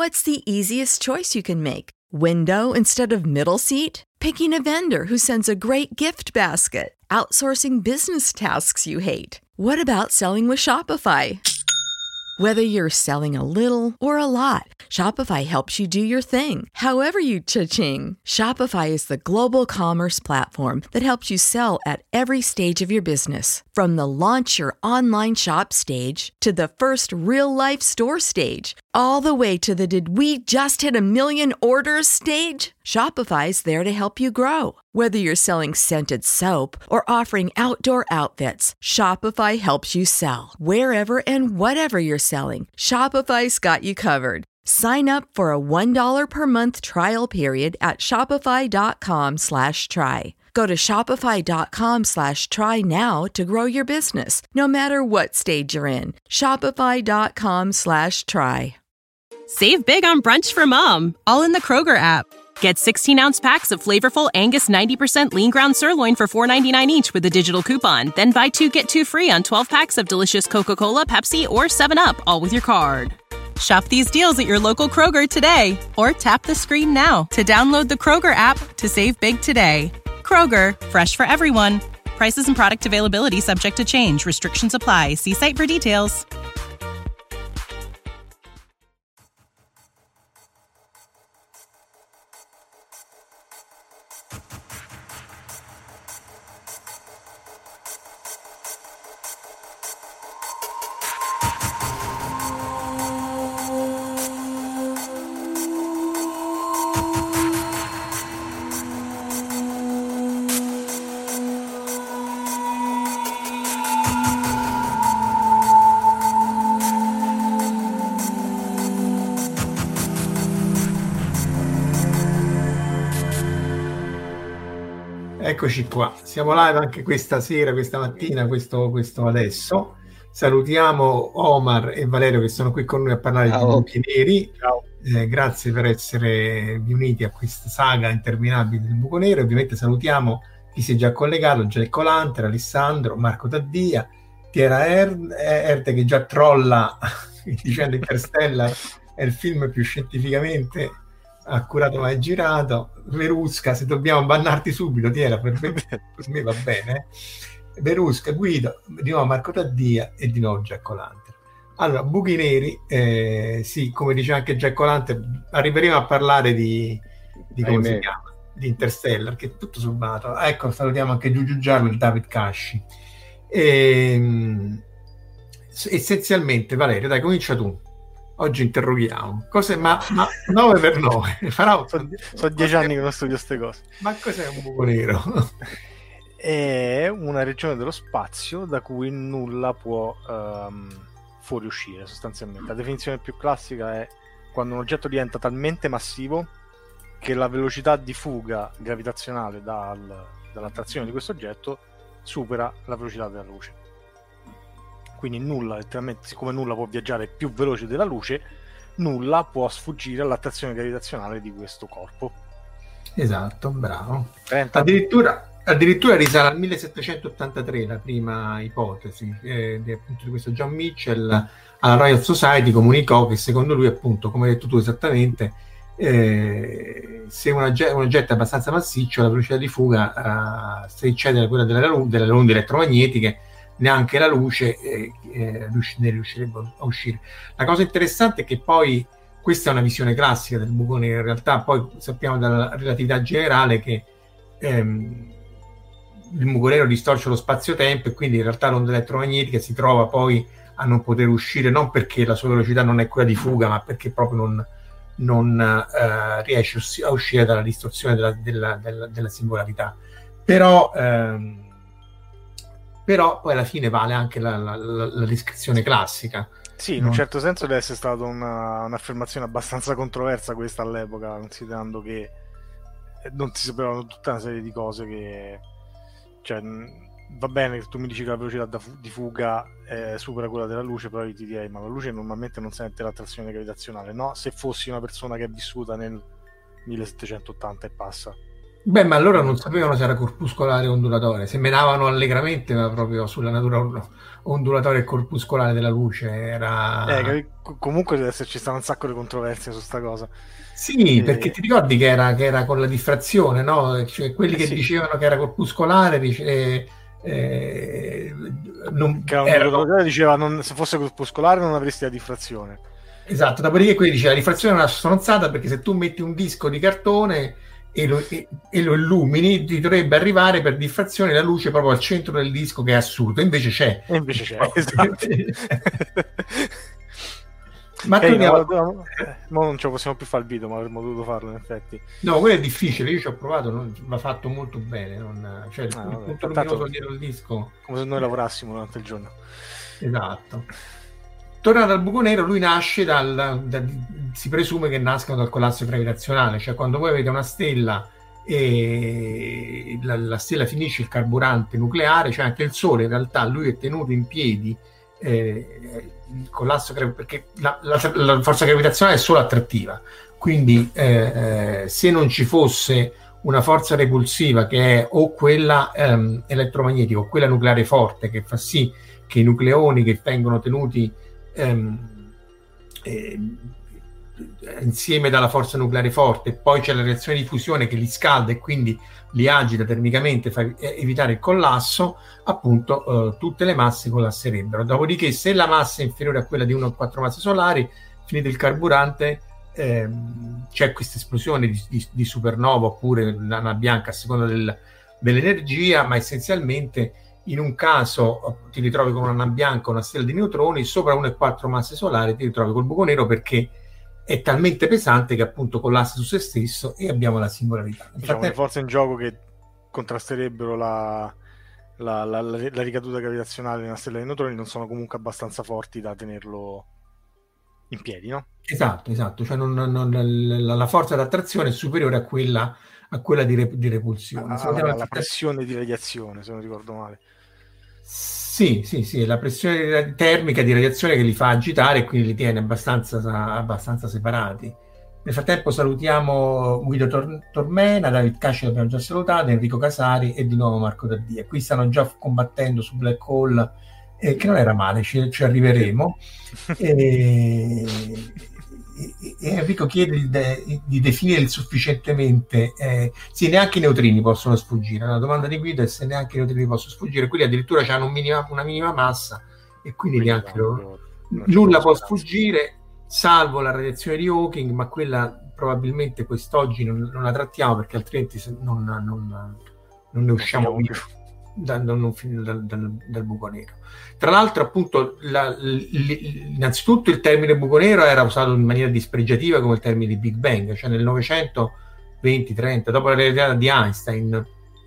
What's the easiest choice you can make? Window instead of middle seat? Picking a vendor who sends a great gift basket? Outsourcing business tasks you hate? What about selling with Shopify? Whether you're selling a little or a lot, Shopify helps you do your thing, however you cha-ching. Shopify is the global commerce platform that helps you sell at every stage of your business. From the launch your online shop stage to the first real-life store stage, all the way to the did we just hit a million orders stage. Shopify's there to help you grow. Whether you're selling scented soap or offering outdoor outfits, Shopify helps you sell. Wherever and whatever you're selling, Shopify's got you covered. Sign up for a $1 per month trial period at shopify.com/try. Go to shopify.com/try now to grow your business, no matter what stage you're in. Shopify.com/try. Save big on brunch for mom, all in the Kroger app. Get 16-ounce packs of flavorful Angus 90% lean ground sirloin for $4.99 each with a digital coupon. Then buy 2, get 2 free on 12 packs of delicious Coca-Cola, Pepsi, or 7-Up, all with your card. Shop these deals at your local Kroger today, or tap the screen now to download the Kroger app to save big today. Kroger, fresh for everyone. Prices and product availability subject to change. Restrictions apply. See site for details. Eccoci qua, siamo live anche questa sera, questa mattina, questo adesso. Salutiamo Omar e Valerio che sono qui con noi a parlare di buchi neri. Ciao. Grazie per essere uniti a questa saga interminabile del buco nero. Ovviamente salutiamo chi si è già collegato: Jack Lanter, Alessandro, Marco Taddia, Tiera Erte che già trolla dicendo Interstellar è il film più scientificamente accurato mai girato. Verusca, se dobbiamo bannarti subito, Tiera, per me va bene. Verusca, Guido, di nuovo Marco Taddia e di nuovo Jack Lanter. Allora, buchi neri, sì, come dice anche Jack Lanter, arriveremo a parlare di come si chiama, di Interstellar, che è tutto sommato. Ecco, salutiamo anche Giugiu Giarlo e David Casci. Essenzialmente, Valerio, dai, comincia tu. Oggi interroghiamo. Cos'è, ma 9 per 9? Sono 10 anni che non studio queste cose. Ma cos'è un buco nero? È una regione dello spazio da cui nulla può fuoriuscire, sostanzialmente. La definizione più classica è quando un oggetto diventa talmente massivo che la velocità di fuga gravitazionale dall'attrazione di questo oggetto supera la velocità della luce. Quindi nulla, letteralmente, siccome nulla può viaggiare più veloce della luce, nulla può sfuggire all'attrazione gravitazionale di questo corpo. Esatto, bravo. Addirittura risale al 1783 la prima ipotesi appunto di questo John Mitchell alla Royal Society comunicò che secondo lui, appunto, come hai detto tu esattamente, se un oggetto è abbastanza massiccio, la velocità di fuga se eccede quella delle onde elettromagnetiche, neanche la luce ne riuscirebbe a uscire. La cosa interessante è che poi questa è una visione classica del buco nero. In realtà poi sappiamo dalla relatività generale che il buco nero distorce lo spazio-tempo e quindi in realtà l'onda elettromagnetica si trova poi a non poter uscire, non perché la sua velocità non è quella di fuga, ma perché proprio non riesce a uscire dalla distorsione della singolarità. Però poi alla fine vale anche la descrizione classica. Sì, in un certo senso deve essere stata un'affermazione abbastanza controversa questa all'epoca, considerando che non si sapevano tutta una serie di cose che... Cioè, va bene che tu mi dici che la velocità di fuga supera quella della luce, però io ti direi, ma la luce normalmente non sente l'attrazione gravitazionale, no? Se fossi una persona che è vissuta nel 1780 e passa, Beh, ma allora non sapevano se era corpuscolare o ondulatorio, se menavano allegramente, ma proprio sulla natura ondulatoria e corpuscolare della luce. Era... Comunque deve esserci sta un sacco di controversie su sta cosa. Sì, perché ti ricordi che era con la diffrazione, no? Cioè, quelli che Sì, dicevano che era corpuscolare che era erano... ondulatorio, diceva se fosse corpuscolare non avresti la diffrazione. Esatto, dopodiché quelli diceva la diffrazione è una stronzata perché se tu metti un disco di cartone e lo illumini, ti dovrebbe arrivare per diffrazione la luce proprio al centro del disco, che è assurdo, invece c'è. E invece c'è, esatto. Ma torniamo... ma non ce lo possiamo più fare il video, ma avremmo dovuto farlo in effetti. No, quello è difficile, io ci ho provato, non va fatto molto bene, cioè il punto luminoso dietro il disco... Come se noi lavorassimo durante il giorno. Esatto. Tornando al buco nero, lui nasce si presume che nascano dal collasso gravitazionale, cioè quando voi avete una stella e la stella finisce il carburante nucleare, cioè anche il Sole in realtà lui è tenuto in piedi, il collasso perché la forza gravitazionale è solo attrattiva, quindi se non ci fosse una forza repulsiva che è o quella elettromagnetica o quella nucleare forte, che fa sì che i nucleoni che vengono tenuti insieme dalla forza nucleare forte, poi c'è la reazione di fusione che li scalda e quindi li agita termicamente, fa evitare il collasso, appunto tutte le masse collasserebbero. Dopodiché se la massa è inferiore a quella di 1 a 4 masse solari, finito il carburante, c'è questa esplosione di supernova oppure nana bianca a seconda dell'energia, ma essenzialmente in un caso ti ritrovi con una nana bianca, una stella di neutroni, sopra 1 e 4 masse solari ti ritrovi col buco nero perché è talmente pesante che appunto collassa su se stesso e abbiamo la singolarità. Diciamo le forze in gioco che contrasterebbero la ricaduta gravitazionale di una stella di neutroni non sono comunque abbastanza forti da tenerlo in piedi, no? Esatto, cioè la forza d'attrazione è superiore a quella di repulsione. La pressione di radiazione, se non ricordo male. Sì, la pressione termica di radiazione che li fa agitare e quindi li tiene abbastanza separati. Nel frattempo salutiamo Guido Tormena, David Casci l'abbiamo già salutato, Enrico Casari e di nuovo Marco Daddia. Qui stanno già combattendo su Black Hole, che non era male, ci arriveremo. E Enrico chiede di definire il sufficientemente sì, neanche i neutrini possono sfuggire. La domanda di Guido è se neanche i neutrini possono sfuggire, quelli addirittura hanno una minima massa e quindi neanche nulla può sfuggire salvo la radiazione di Hawking, ma quella probabilmente quest'oggi non la trattiamo perché altrimenti non ne usciamo più dal buco nero. Tra l'altro appunto innanzitutto il termine buco nero era usato in maniera dispregiativa come il termine di Big Bang, cioè nel 920-30 dopo la realtà di Einstein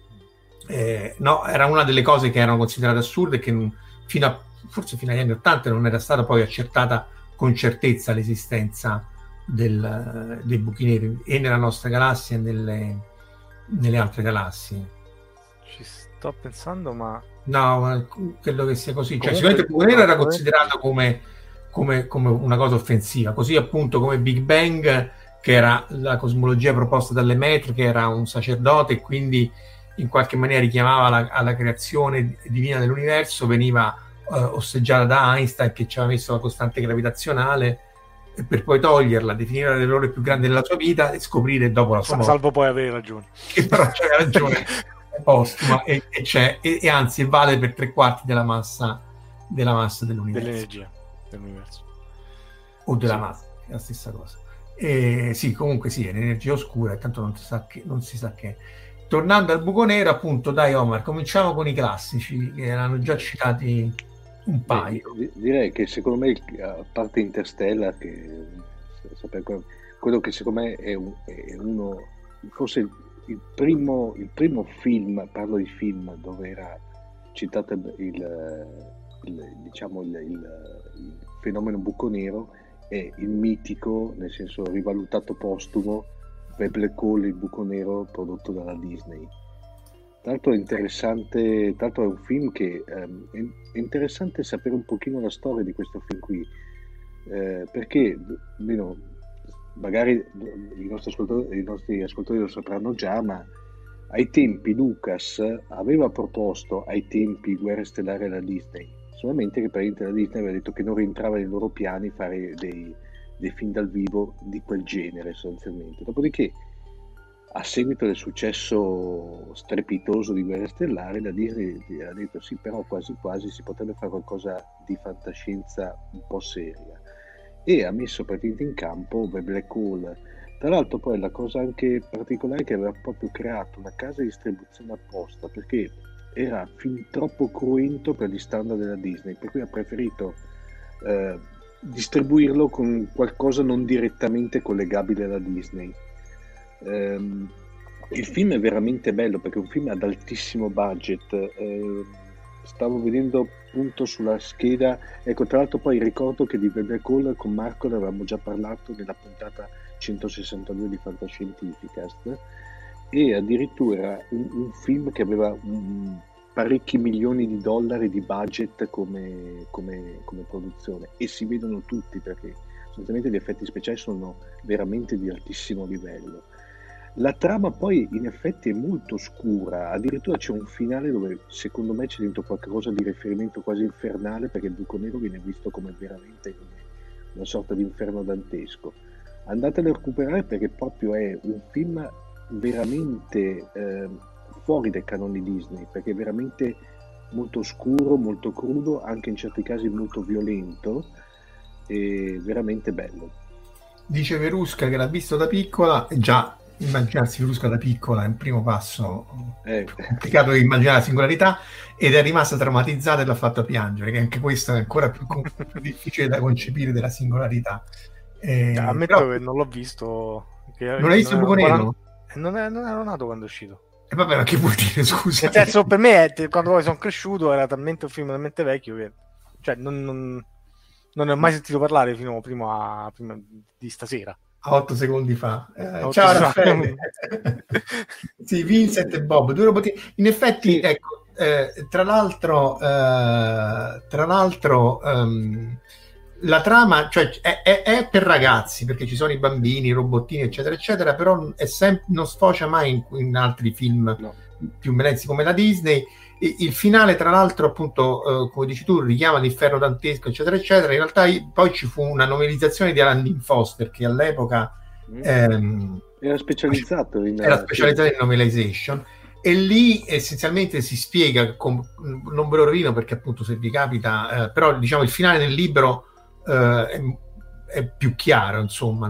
era una delle cose che erano considerate assurde e che forse fino agli anni 80 non era stata poi accertata con certezza l'esistenza dei buchi neri e nella nostra galassia e nelle altre galassie. Ci sto pensando, ma no, credo che sia così. Cioè, sicuramente il buco nero era considerato come una cosa offensiva, così appunto come Big Bang, che era la cosmologia proposta dalle Lemaitre, che era un sacerdote e quindi in qualche maniera richiamava alla creazione divina dell'universo, veniva osteggiata da Einstein che ci aveva messo la costante gravitazionale per poi toglierla, definire l'errore più grande della sua vita e scoprire dopo la sua morte, salvo poi avere ragione, che però c'era ragione postuma e anzi vale per 3/4 della massa dell'universo, dell'energia dell'universo o della massa, è la stessa cosa. Sì, comunque sì, è l'energia oscura e tanto non si sa che. Tornando al buco nero, appunto, dai Omar, cominciamo con i classici che erano già citati un paio. Direi che secondo me, a parte Interstellar, che quello che secondo me è uno, forse il primo film, parlo di film, dove era citato il fenomeno buco nero, è il mitico, nel senso rivalutato postumo, Black Hole, il buco nero prodotto dalla Disney. Tra l'altro è interessante, è un film che è interessante sapere un pochino la storia di questo film qui, perché almeno magari i nostri ascoltatori lo sapranno già, ma ai tempi Lucas aveva proposto ai tempi Guerre Stellari alla Disney, solamente che praticamente la Disney aveva detto che non rientrava nei loro piani fare dei film dal vivo di quel genere sostanzialmente. Dopodiché, a seguito del successo strepitoso di Guerre Stellari, la Disney ha detto sì, però quasi quasi si potrebbe fare qualcosa di fantascienza un po' seria, e ha messo praticamente in campo The Black Hole. Tra l'altro poi la cosa anche particolare è che aveva proprio creato una casa di distribuzione apposta, perché era fin troppo cruento per gli standard della Disney, per cui ha preferito distribuirlo con qualcosa non direttamente collegabile alla Disney. Il film è veramente bello perché è un film ad altissimo budget. Stavo vedendo appunto sulla scheda, ecco, tra l'altro poi ricordo che di The Black Hole con Marco ne avevamo già parlato nella puntata 162 di Fantascientificast, e addirittura un film che aveva parecchi milioni di dollari di budget come produzione, e si vedono tutti perché sostanzialmente gli effetti speciali sono veramente di altissimo livello. La trama poi in effetti è molto scura, addirittura c'è un finale dove secondo me c'è dentro qualcosa di riferimento quasi infernale, perché il buco nero viene visto come veramente una sorta di inferno dantesco. Andatelo a recuperare perché proprio è un film veramente fuori dai canoni Disney, perché è veramente molto scuro, molto crudo, anche in certi casi molto violento e veramente bello. Dice Verusca che l'ha visto da piccola, e già immaginarsi Verusca da piccola è un primo passo complicato di immaginare la singolarità, ed è rimasta traumatizzata e l'ha fatta piangere, che anche questo è ancora più difficile da concepire della singolarità. Ammetto però, che non l'ho visto. Non hai visto il buco nero? Non ero nato quando è uscito. E vabbè, ma che vuol dire, scusa? Nel senso, per me, quando poi sono cresciuto, era talmente un film talmente vecchio che, cioè, non ne ho mai sentito parlare prima di stasera. 8 secondi fa. Ciao Raffaele. Sì, Vincent e Bob, due robotini. In effetti, sì. Ecco, tra l'altro la trama, cioè, è per ragazzi, perché ci sono i bambini, i robottini, eccetera, eccetera, però non sfocia mai in altri film più mezzi come la Disney. Il finale, tra l'altro, appunto, come dici tu, richiama l'inferno dantesco, eccetera, eccetera. In realtà poi ci fu una novelizzazione di Alan Dean Foster, che all'epoca era specializzato in novelization, e lì essenzialmente si spiega, non ve lo rovino perché appunto se vi capita, però diciamo il finale del libro è più chiaro, insomma,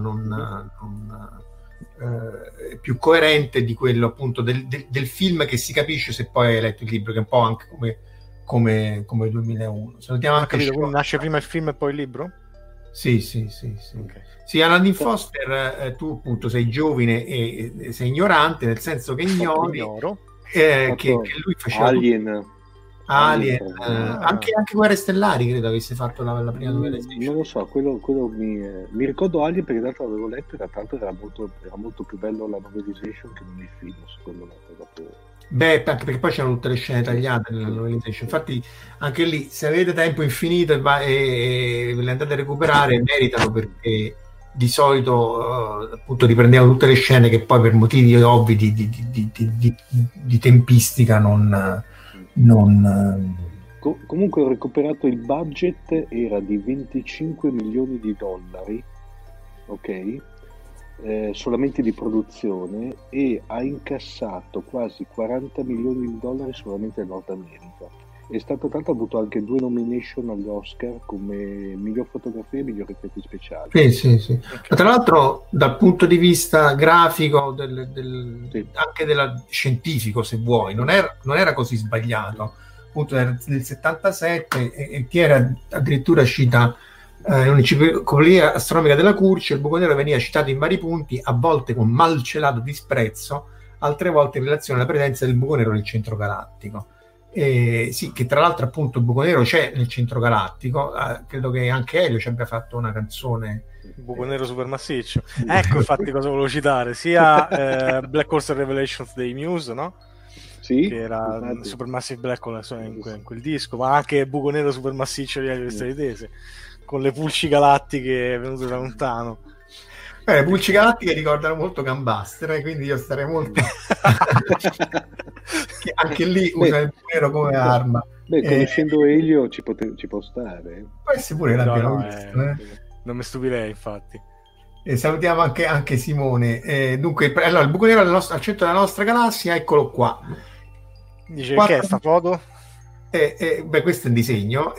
è più coerente di quello appunto del film, che si capisce se poi hai letto il libro, che è un po' anche come 2001. Salutiamo anche capito, nasce prima il film e poi il libro? Sì. Okay. Sì, Alan Dean Foster, tu appunto sei giovane e sei ignorante, nel senso che ignori che lui faceva Alien. Anche Guerre Stellari credo avesse fatto la prima novella. Non lo so, quello mi ricordo Alien perché tanto l'avevo letto, e tanto era molto più bello la novelization che non il film, secondo me. Beh, anche perché poi c'erano tutte le scene tagliate nella novelization. Infatti anche lì, se avete tempo infinito e ve le andate a recuperare, meritano, perché di solito appunto riprendevano tutte le scene che poi per motivi ovvi di tempistica comunque ho recuperato il budget, era di 25 milioni di dollari, ok? Solamente di produzione, e ha incassato quasi 40 milioni di dollari solamente in Nord America. È stato tanto, ha avuto anche 2 nomination agli Oscar come miglior fotografia e miglior effetti speciali. Sì. Ma tra l'altro dal punto di vista grafico anche scientifico, se vuoi, non era così sbagliato. Appunto era del 77 e ti era addirittura cita in un'enciclopedia astronomica della Curcio, il buco nero veniva citato in vari punti, a volte con malcelato disprezzo, altre volte in relazione alla presenza del buco nero nel centro galattico. Sì, che tra l'altro appunto il buco nero c'è nel centro galattico, credo che anche Elio ci abbia fatto una canzone, buco nero supermassiccio. Ecco, infatti cosa volevo citare, sia Black Horse Revelations dei Muse, no? Sì, che era Supermassive Black Hole in quel disco, ma anche buco nero supermassiccio di Elio Straditese, con le pulci galattiche venute da lontano. Le pulci galattiche ricordano molto Gunbuster, quindi io starei molto anche lì usa il buco nero come arma. Conoscendo Elio ci può stare. Può essere pure l'abbiamo visto. Non mi stupirei, infatti. Salutiamo anche Simone. Dunque, allora, il buco nero al centro della nostra galassia, eccolo qua. Dice che è sta foto? Questo è un disegno.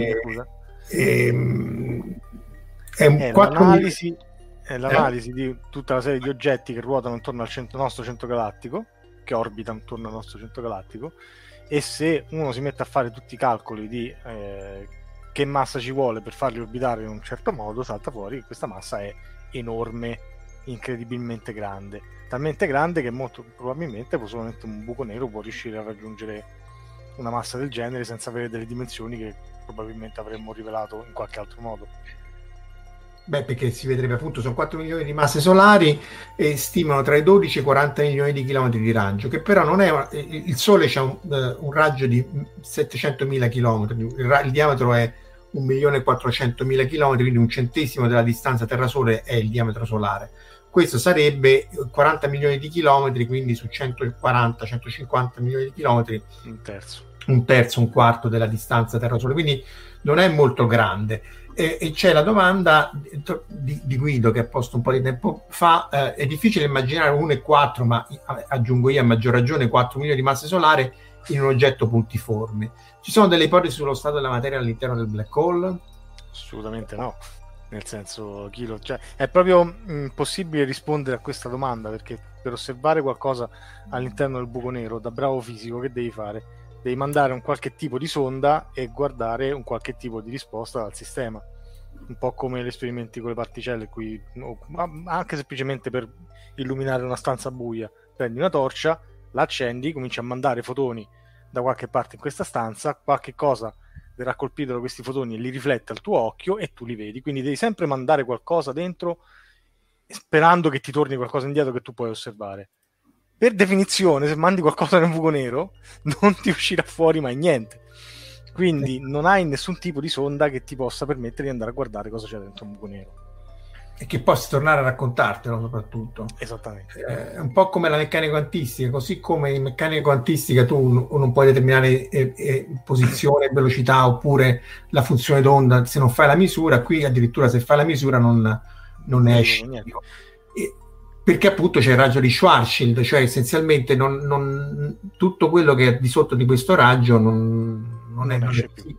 È l'analisi di tutta la serie di oggetti che ruotano intorno al nostro centro galattico, che orbitano intorno al nostro centro galattico, e se uno si mette a fare tutti i calcoli di che massa ci vuole per farli orbitare in un certo modo, salta fuori che questa massa è enorme, incredibilmente grande, talmente grande che molto probabilmente solamente un buco nero può riuscire a raggiungere una massa del genere senza avere delle dimensioni che probabilmente avremmo rivelato in qualche altro modo. Perché si vedrebbe, appunto, sono 4 milioni di masse solari e stimano tra i 12 e i 40 milioni di chilometri di raggio, che però non è il Sole c'ha un raggio di 700.000 chilometri, il diametro è 1.400.000 chilometri, quindi un centesimo della distanza Terra-Sole è il diametro solare. Questo sarebbe 40 milioni di chilometri, quindi su 140-150 milioni di chilometri un terzo, un quarto della distanza Terra-Sole, quindi non è molto grande. E c'è la domanda di Guido che ha posto un po' di tempo fa. È difficile immaginare 1,4, ma aggiungo io a maggior ragione 4 milioni di masse solari in un oggetto puntiforme. Ci sono delle ipotesi sullo stato della materia all'interno del black hole? Assolutamente no, nel senso, cioè, è proprio impossibile rispondere a questa domanda, perché per osservare qualcosa all'interno del buco nero, da bravo fisico, che devi fare? Devi mandare un qualche tipo di sonda e guardare un qualche tipo di risposta dal sistema, un po' come gli esperimenti con le particelle, anche semplicemente per illuminare una stanza buia, prendi una torcia, la accendi, cominci a mandare fotoni da qualche parte in questa stanza, qualche cosa verrà colpito da questi fotoni e li riflette al tuo occhio e tu li vedi, quindi devi sempre mandare qualcosa dentro sperando che ti torni qualcosa indietro che tu puoi osservare. Per definizione, se mandi qualcosa nel buco nero, non ti uscirà fuori mai niente. Quindi non hai nessun tipo di sonda che ti possa permettere di andare a guardare cosa c'è dentro un buco nero. E che possa tornare a raccontartelo, soprattutto. Esattamente. È un po' come la meccanica quantistica, così come in meccanica quantistica tu non puoi determinare posizione, velocità, oppure la funzione d'onda se non fai la misura. Qui addirittura se fai la misura non ne esci. Perché appunto c'è il raggio di Schwarzschild, cioè essenzialmente tutto quello che è di sotto di questo raggio non esce più.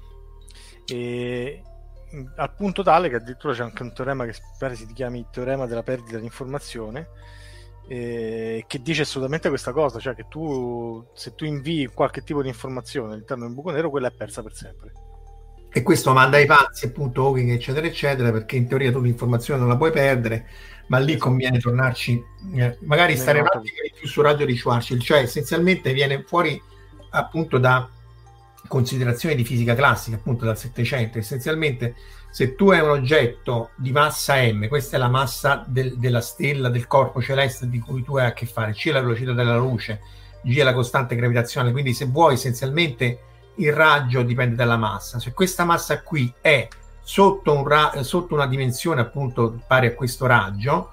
E al punto tale che addirittura c'è anche un teorema che pare si chiami teorema della perdita di informazione, che dice assolutamente questa cosa, cioè che se tu invii qualche tipo di informazione all'interno del buco nero, quella è persa per sempre. E questo manda ai pazzi, appunto, Hawking, eccetera eccetera, perché in teoria tu l'informazione non la puoi perdere, ma lì conviene tornarci, magari stare un attimo più sul raggio di Schwarzschild, cioè essenzialmente viene fuori appunto da considerazioni di fisica classica, appunto dal 700. Essenzialmente, se tu hai un oggetto di massa m, questa è la massa della stella, del corpo celeste di cui tu hai a che fare, c è la velocità della luce, g è la costante gravitazionale, quindi se vuoi essenzialmente il raggio dipende dalla massa. Se questa massa qui è sotto una dimensione appunto pari a questo raggio,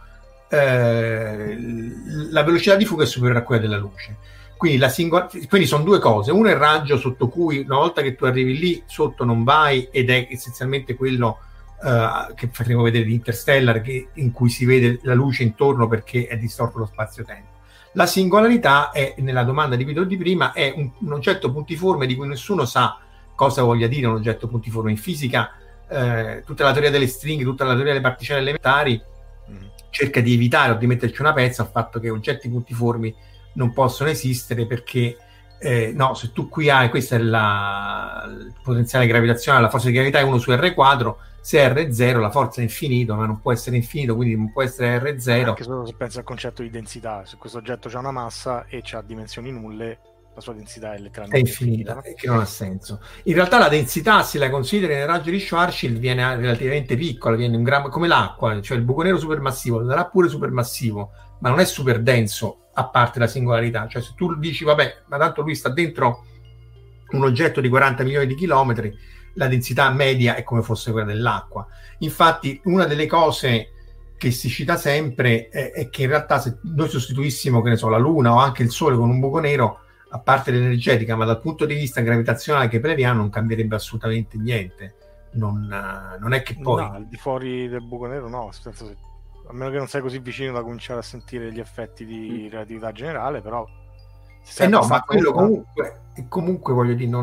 la velocità di fuga è superiore a quella della luce. Quindi sono due cose: uno è il raggio sotto cui una volta che tu arrivi lì sotto non vai, ed è essenzialmente quello che faremo vedere di Interstellar, in cui si vede la luce intorno perché è distorto lo spazio-tempo. La singolarità è, nella domanda di Guido di prima, è un oggetto puntiforme di cui nessuno sa cosa voglia dire un oggetto puntiforme. In fisica tutta la teoria delle stringhe, tutta la teoria delle particelle elementari cerca di evitare o di metterci una pezza al fatto che oggetti puntiformi non possono esistere, perché se tu qui hai, questa è il potenziale gravitazionale, la forza di gravità è 1 su R quadro, se R è 0 la forza è infinito, ma non può essere infinito, quindi non può essere R0. Anche solo se pensi al concetto di densità, se questo oggetto ha una massa e ha dimensioni nulle, la sua densità è letteralmente infinita, che non ha senso. In realtà la densità, se la consideri nel raggio di Schwarzschild, viene relativamente piccola, viene un grammo, come l'acqua, cioè il buco nero supermassivo sarà pure supermassivo, ma non è super denso, a parte la singolarità. Cioè se tu dici vabbè, ma tanto lui sta dentro un oggetto di 40 milioni di chilometri, la densità media è come fosse quella dell'acqua. Infatti una delle cose che si cita sempre è che in realtà se noi sostituissimo, che ne so, la Luna o anche il Sole con un buco nero, a parte l'energetica, ma dal punto di vista gravitazionale che prevediamo, non cambierebbe assolutamente niente. Non è che poi... No, al di fuori del buco nero no, a meno che non sei così vicino da cominciare a sentire gli effetti di relatività generale, però... no, ma quello comunque voglio dire,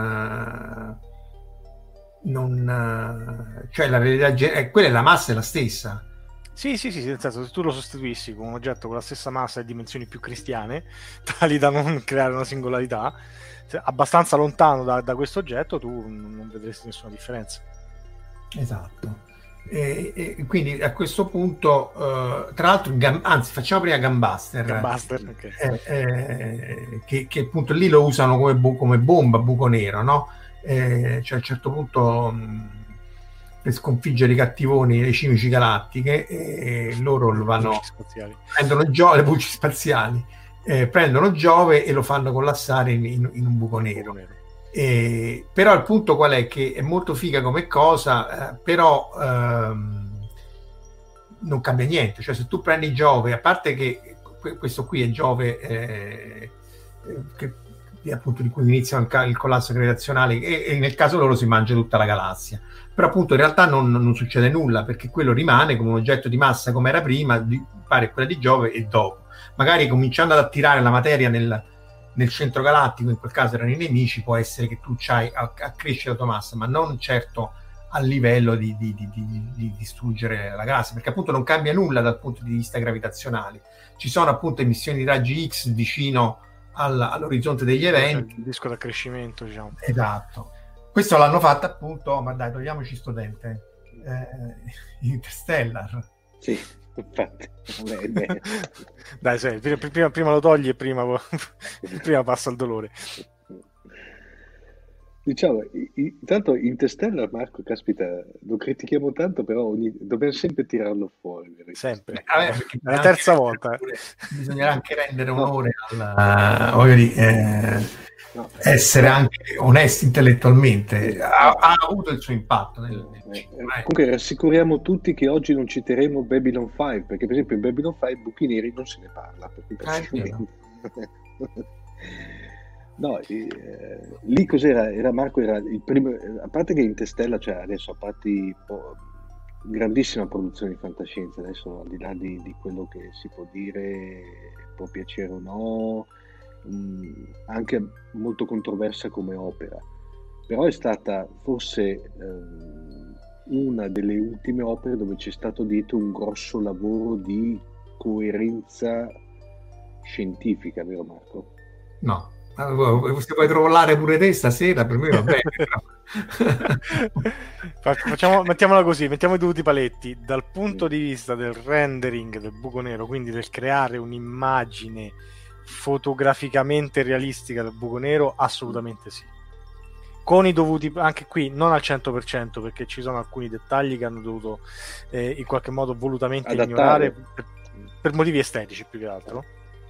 cioè la realtà quella è la massa è la stessa. Sì, nel senso, se tu lo sostituissi con un oggetto con la stessa massa e dimensioni più cristiane, tali da non creare una singolarità, abbastanza lontano da questo oggetto, tu non vedresti nessuna differenza. Esatto. E quindi a questo punto, tra l'altro, anzi, facciamo prima Gunbuster, okay. Che appunto lì lo usano come bomba, buco nero, no? Cioè a un certo punto per sconfiggere i cattivoni, le cimici galattiche, e loro lo vanno, prendono Giove, le pulci spaziali, prendono Giove e lo fanno collassare in un buco nero. Però il punto qual è? Che è molto figa come cosa, però non cambia niente. Cioè se tu prendi Giove, a parte che questo qui è Giove che appunto di cui inizia il collasso gravitazionale, e nel caso loro si mangia tutta la galassia, però appunto in realtà non succede nulla, perché quello rimane come un oggetto di massa come era prima, pare quella di Giove, e dopo magari cominciando ad attirare la materia nel centro galattico, in quel caso erano i nemici, può essere che tu c'hai a crescere la tua massa, ma non certo a livello di distruggere la galassia, perché appunto non cambia nulla dal punto di vista gravitazionale. Ci sono appunto emissioni di raggi X vicino all'orizzonte degli eventi, il disco d'accrescimento, diciamo. Esatto. Questo l'hanno fatto appunto, ma dai, togliamoci sto dente, Interstellar. Sì, infatti. Dai, sai, prima lo togli e prima passa il dolore. Diciamo, intanto Interstellar, Marco, caspita, lo critichiamo tanto, però dobbiamo sempre tirarlo fuori. Sempre. La terza volta. Bisognerà anche rendere onore voglio dire, essere anche onesti intellettualmente. Ha avuto il suo impatto. Comunque rassicuriamo tutti che oggi non citeremo Babylon 5, perché per esempio in Babylon 5 buchi neri non se ne parla. No, lì cos'era? Marco era il primo, a parte che Interstellar, cioè adesso a parte grandissima produzione di fantascienza, adesso al di là di quello che si può dire, può piacere o no, anche molto controversa come opera, però è stata forse una delle ultime opere dove c'è stato dietro un grosso lavoro di coerenza scientifica, vero Marco? No. Se puoi trollare pure te stasera, per me va bene. Mettiamola così, mettiamo i dovuti paletti dal punto di vista del rendering del buco nero, quindi del creare un'immagine fotograficamente realistica del buco nero, assolutamente sì, con i dovuti, anche qui non al 100%, perché ci sono alcuni dettagli che hanno dovuto in qualche modo volutamente ignorare per motivi estetici più che altro,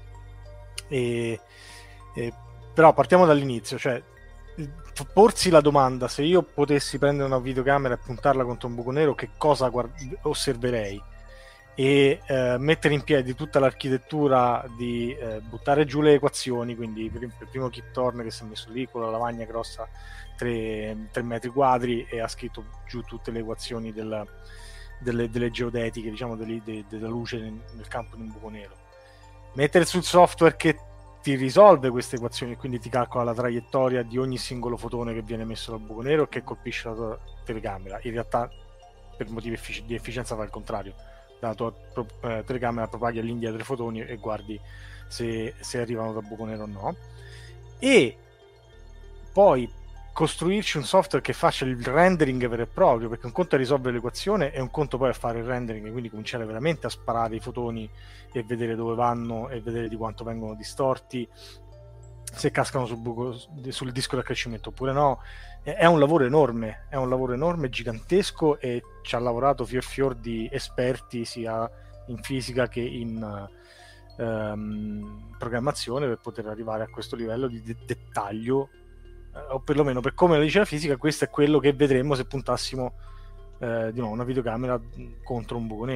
però partiamo dall'inizio, cioè porsi la domanda: se io potessi prendere una videocamera e puntarla contro un buco nero, che cosa osserverei? E mettere in piedi tutta l'architettura di buttare giù le equazioni, quindi il primo Kip Thorne che si è messo lì con la lavagna grossa 3 metri quadri e ha scritto giù tutte le equazioni delle geodetiche, diciamo, della luce nel campo di un buco nero, mettere sul software che ti risolve queste equazioni, quindi ti calcola la traiettoria di ogni singolo fotone che viene messo dal buco nero e che colpisce la tua telecamera. In realtà per motivi di efficienza fa il contrario: la tua telecamera propaghi all'indietro i fotoni e guardi se arrivano dal buco nero o no, e poi costruirci un software che faccia il rendering vero e proprio, perché un conto è risolvere l'equazione e un conto poi è fare il rendering, quindi cominciare veramente a sparare i fotoni e vedere dove vanno e vedere di quanto vengono distorti, se cascano sul disco d'accrescimento oppure no. È un lavoro enorme, gigantesco, e ci ha lavorato fior di esperti sia in fisica che in programmazione per poter arrivare a questo livello di dettaglio, o perlomeno per come lo dice la fisica. Questo è quello che vedremo se puntassimo di nuovo una videocamera contro un buco nero.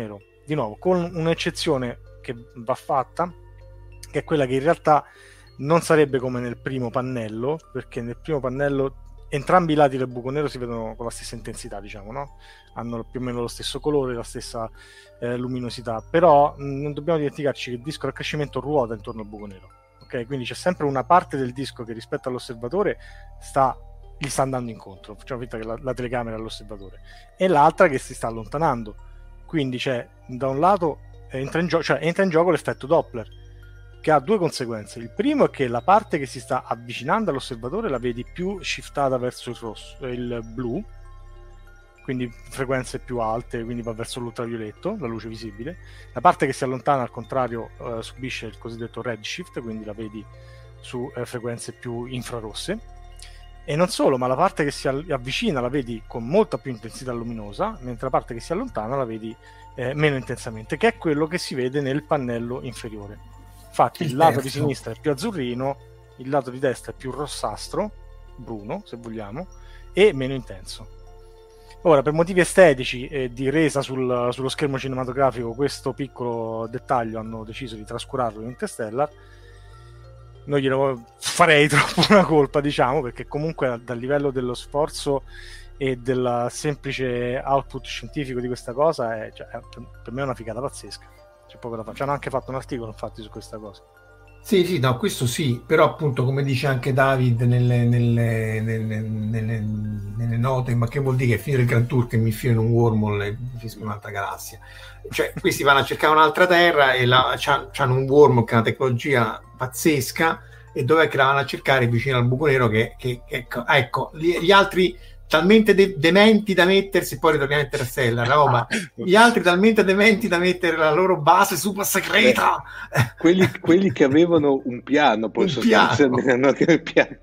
di nuovo, con un'eccezione che va fatta, che è quella che in realtà non sarebbe come nel primo pannello, perché nel primo pannello entrambi i lati del buco nero si vedono con la stessa intensità, diciamo, no? Hanno più o meno lo stesso colore, la stessa luminosità, però non dobbiamo dimenticarci che il disco d'accrescimento ruota intorno al buco nero, ok? Quindi c'è sempre una parte del disco che rispetto all'osservatore gli sta andando incontro, facciamo finta che la telecamera è all'osservatore, e l'altra che si sta allontanando, quindi c'è da un lato entra in gioco l'effetto Doppler, che ha due conseguenze. Il primo è che la parte che si sta avvicinando all'osservatore la vedi più shiftata verso il rosso, il blu, quindi frequenze più alte, quindi va verso l'ultravioletto, la luce visibile. La parte che si allontana al contrario subisce il cosiddetto redshift, quindi la vedi su frequenze più infrarosse. E non solo, ma la parte che si avvicina la vedi con molta più intensità luminosa, mentre la parte che si allontana la vedi meno intensamente, che è quello che si vede nel pannello inferiore. Infatti il lato di sinistra è più azzurrino, il lato di destra è più rossastro, bruno se vogliamo, e meno intenso. Ora, per motivi estetici e di resa sullo schermo cinematografico, questo piccolo dettaglio hanno deciso di trascurarlo in Interstellar. Non glielo farei troppo una colpa, diciamo, perché comunque dal livello dello sforzo e del semplice output scientifico di questa cosa per me è una figata pazzesca. C'è poco da fare. Ci hanno anche fatto un articolo infatti su questa cosa. Sì, no, questo sì, però appunto come dice anche David nelle note, ma che vuol dire che finire il Grand Tour che mi infilo in un wormhole e mi finisco in un'altra galassia? Cioè, questi vanno a cercare un'altra terra e c'hanno un wormhole che è una tecnologia pazzesca, e dov'è che la vanno a cercare? Vicino al buco nero che ecco, gli altri talmente dementi da mettersi, poi ritorniamo a Interstellar, no? Ma gli altri talmente dementi da mettere la loro base super segreta. Quelli che avevano un piano, poi sostanzialmente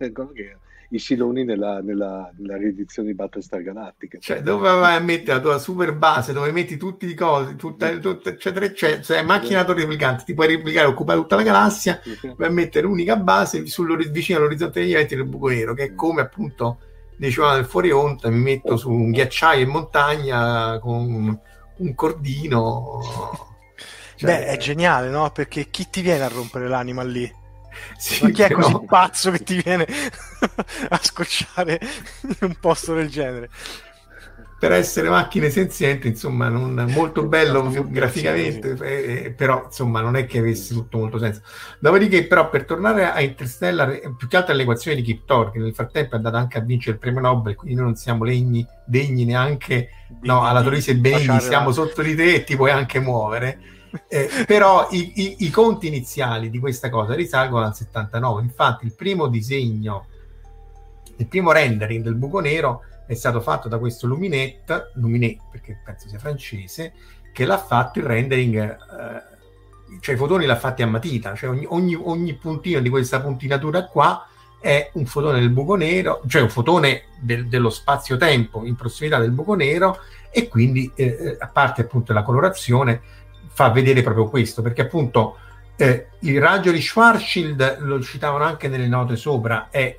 i Siloni nella riedizione di Battlestar Galactica. Cioè, dove vai a mettere la tua super base, dove metti tutti i cosi, eccetera, eccetera, cioè macchina replicante, ti puoi replicare, occupare tutta la galassia, vai a mettere un'unica base vicino all'orizzonte degli eventi del buco nero, che è come appunto dicevano nel fuori onda, mi metto su un ghiacciaio in montagna con un cordino. Beh, è geniale, no? Perché chi ti viene a rompere l'anima lì? Sì, ma chi è così pazzo che ti viene a scocciare in un posto del genere? Per essere macchine senzienti, insomma, non molto bello graficamente, sì. Però insomma non è che avesse tutto molto senso. Dopodiché, però, per tornare a Interstellar, più che altro all'equazione di Kip-Thor, che nel frattempo è andata anche a vincere il premio Nobel, quindi noi non siamo degni neanche alla Torrisi Benigni, siamo sotto di te e ti puoi anche muovere. Però i conti iniziali di questa cosa risalgono al 79. Infatti il primo disegno, il primo rendering del buco nero è stato fatto da questo Luminet, perché penso sia francese, che l'ha fatto il rendering, cioè i fotoni l'ha fatti a matita, cioè ogni puntino di questa puntinatura qua è un fotone del buco nero, cioè un fotone dello spazio-tempo in prossimità del buco nero, e quindi a parte appunto la colorazione fa vedere proprio questo, perché appunto il raggio di Schwarzschild, lo citavano anche nelle note sopra, è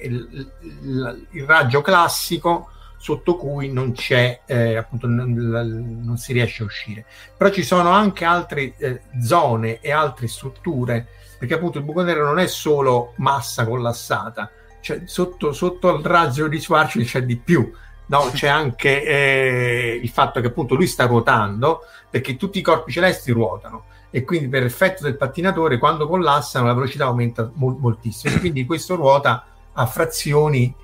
il raggio classico sotto cui non c'è appunto non si riesce a uscire. Però ci sono anche altre zone e altre strutture, perché appunto il buco nero non è solo massa collassata, cioè sotto il raggio di Schwarzschild c'è di più, no? C'è anche il fatto che appunto lui sta ruotando, perché tutti i corpi celesti ruotano, e quindi per effetto del pattinatore quando collassano la velocità aumenta moltissimo, quindi questo ruota a frazioni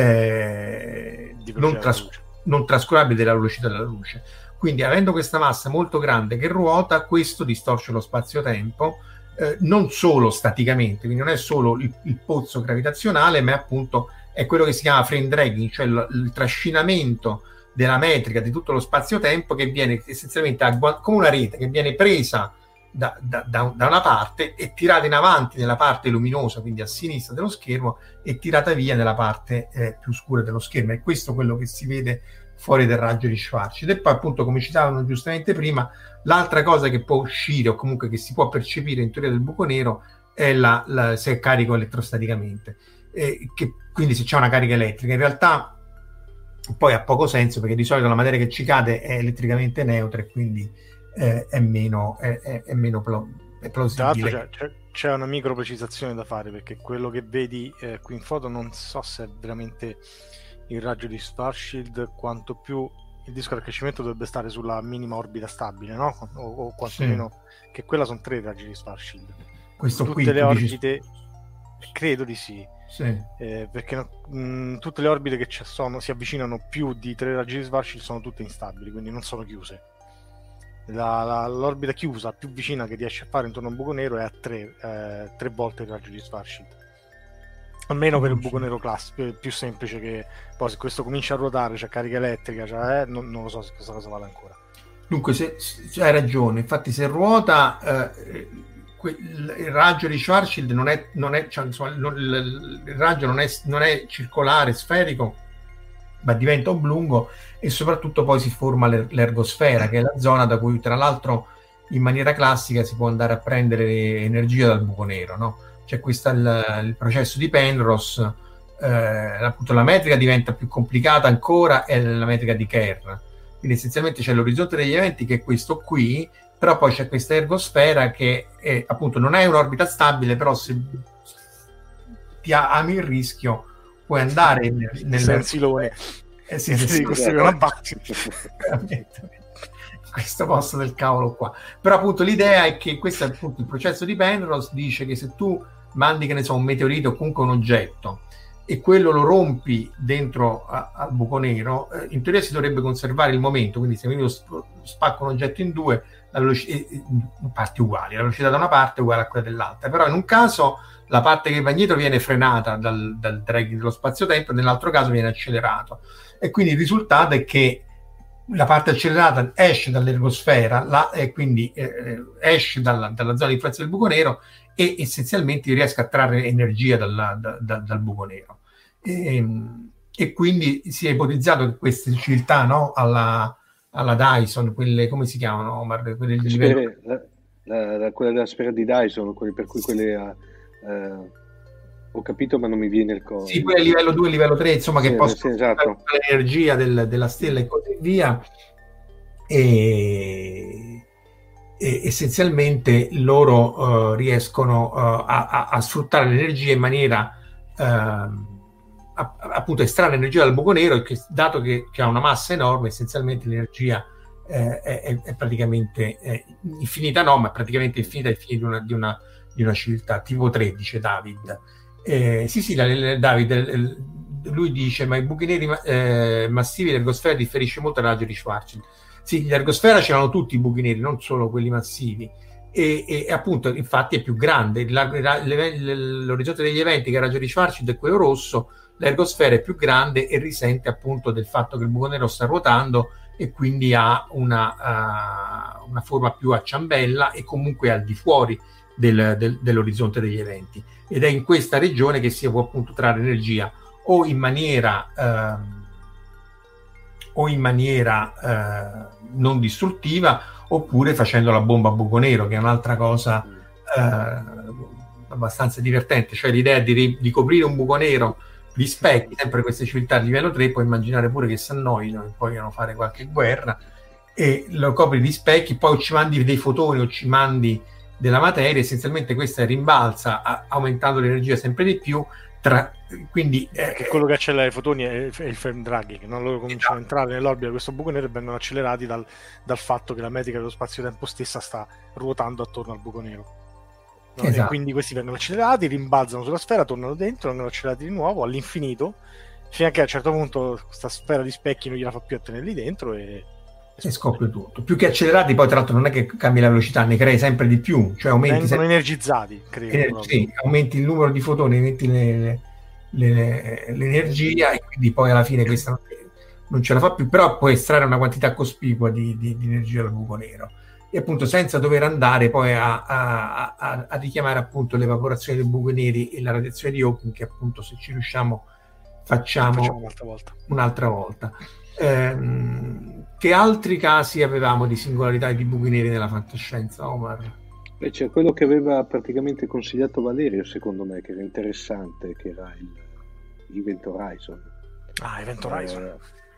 non trascurabili della velocità della luce. Quindi avendo questa massa molto grande che ruota, questo distorce lo spazio-tempo, non solo staticamente, quindi non è solo il pozzo gravitazionale, ma appunto è quello che si chiama frame dragging, cioè il trascinamento della metrica di tutto lo spazio-tempo, che viene essenzialmente come una rete che viene presa da una parte e tirata in avanti nella parte luminosa, quindi a sinistra dello schermo, e tirata via nella parte più scura dello schermo. È questo quello che si vede fuori del raggio di Schwarzschild. E poi appunto, come citavano giustamente prima, l'altra cosa che può uscire, o comunque che si può percepire in teoria del buco nero, è se è carico elettrostaticamente, che quindi se c'è una carica elettrica. In realtà poi ha poco senso, perché di solito la materia che ci cade è elettricamente neutra, e quindi è meno è plausibile. Tra l'altro c'è una micro precisazione da fare, perché quello che vedi qui in foto non so se è veramente il raggio di Schwarzschild, quanto più il disco del crescimento dovrebbe stare sulla minima orbita stabile, no? O quantomeno che quella sono 3 raggi di Schwarzschild. Questo tutte qui le orbite credo di sì. Perché tutte le orbite che si avvicinano più di 3 raggi di Schwarzschild sono tutte instabili, quindi non sono chiuse. L'orbita chiusa più vicina che riesce a fare intorno a un buco nero è a 3 volte il raggio di Schwarzschild, almeno per il buco nero classico più semplice, che poi se questo comincia a ruotare, c'è carica elettrica, non lo so se questa cosa vale ancora. Dunque se hai ragione, infatti se ruota il raggio di Schwarzschild non è il raggio non è circolare, sferico, ma diventa oblungo, e soprattutto poi si forma l'ergosfera, che è la zona da cui tra l'altro in maniera classica si può andare a prendere energia dal buco nero, no? C'è questo il processo di Penrose, appunto la metrica diventa più complicata ancora, è la metrica di Kerr, quindi essenzialmente c'è l'orizzonte degli eventi che è questo qui, però poi c'è questa ergosfera che appunto non è un'orbita stabile, però se ti ami il rischio puoi andare nel sensilone sì, costruire una base questo posto del cavolo qua. Però appunto l'idea è che questo è appunto il processo di Penrose, dice che se tu mandi, che ne so, un meteorite o comunque un oggetto e quello lo rompi dentro al buco nero, in teoria si dovrebbe conservare il momento, quindi se io spacco un oggetto in due, la velocità in parti uguali, la velocità da una parte è uguale a quella dell'altra, però in un caso la parte che va indietro viene frenata dal drag dello spazio-tempo, nell'altro caso viene accelerato, e quindi il risultato è che la parte accelerata esce dall'ergosfera e quindi esce dalla zona di influenza del buco nero, e essenzialmente riesco a trarre energia dal buco nero, e quindi si è ipotizzato che queste civiltà, no, alla Dyson, quelle come si chiamano, Omar? Quelle di livello... quella della sfera di Dyson, quelle per cui quelle ho capito ma non mi viene il coso. Sì, quelle livello 2 e livello 3, insomma, che possono esatto. l'energia della stella e così via, e essenzialmente loro riescono a sfruttare l'energia in maniera appunto estrarre l'energia dal buco nero, e che, dato che ha una massa enorme, essenzialmente l'energia è praticamente infinita, no, ma praticamente infinita ai fini di una civiltà tipo 3, dice David. Sì, David, lui dice, ma i buchi neri massivi, l'ergosfera differisce molto dal raggio di Schwarzschild. Sì, l'ergosfera ce l'hanno tutti i buchi neri, non solo quelli massivi, e appunto infatti è più grande l'orizzonte degli eventi, che il raggio di Schwarzschild è quello rosso, l'ergosfera è più grande e risente appunto del fatto che il buco nero sta ruotando, e quindi ha una forma più a ciambella e comunque al di fuori dell'orizzonte degli eventi, ed è in questa regione che si può appunto trarre energia o in maniera non distruttiva, oppure facendo la bomba a buco nero, che è un'altra cosa abbastanza divertente, cioè l'idea di coprire un buco nero di specchi, sempre queste civiltà di livello 3, puoi immaginare pure che si annoino e vogliono fare qualche guerra, e lo copri di specchi, poi ci mandi dei fotoni o ci mandi della materia, essenzialmente questa rimbalza aumentando l'energia sempre di più, quindi quello che accelera i fotoni è il ferm dragging, no? Loro cominciano a entrare nell'orbita di questo buco nero e vengono accelerati dal fatto che la metrica dello spazio-tempo stessa sta ruotando attorno al buco nero, no? Esatto. E quindi questi vengono accelerati, rimbalzano sulla sfera, tornano dentro, vengono accelerati di nuovo all'infinito, fino a che a un certo punto questa sfera di specchi non gliela fa più a tenerli dentro e scopre tutto. Più che accelerati, poi tra l'altro non è che cambi la velocità, ne crei sempre di più, cioè aumenti vengono energizzati, credo. Sì, aumenti il numero di fotoni, aumenti l'energia, e quindi poi alla fine questa non ce la fa più, però puoi estrarre una quantità cospicua di energia dal buco nero, e appunto senza dover andare poi a richiamare appunto l'evaporazione dei buchi neri e la radiazione di Hawking, che appunto, se ci riusciamo, facciamo un'altra volta. Che altri casi avevamo di singolarità di buchi neri nella fantascienza, Omar? C'è quello che aveva praticamente consigliato Valerio, secondo me, che era interessante, che era il Event Horizon. Event Horizon.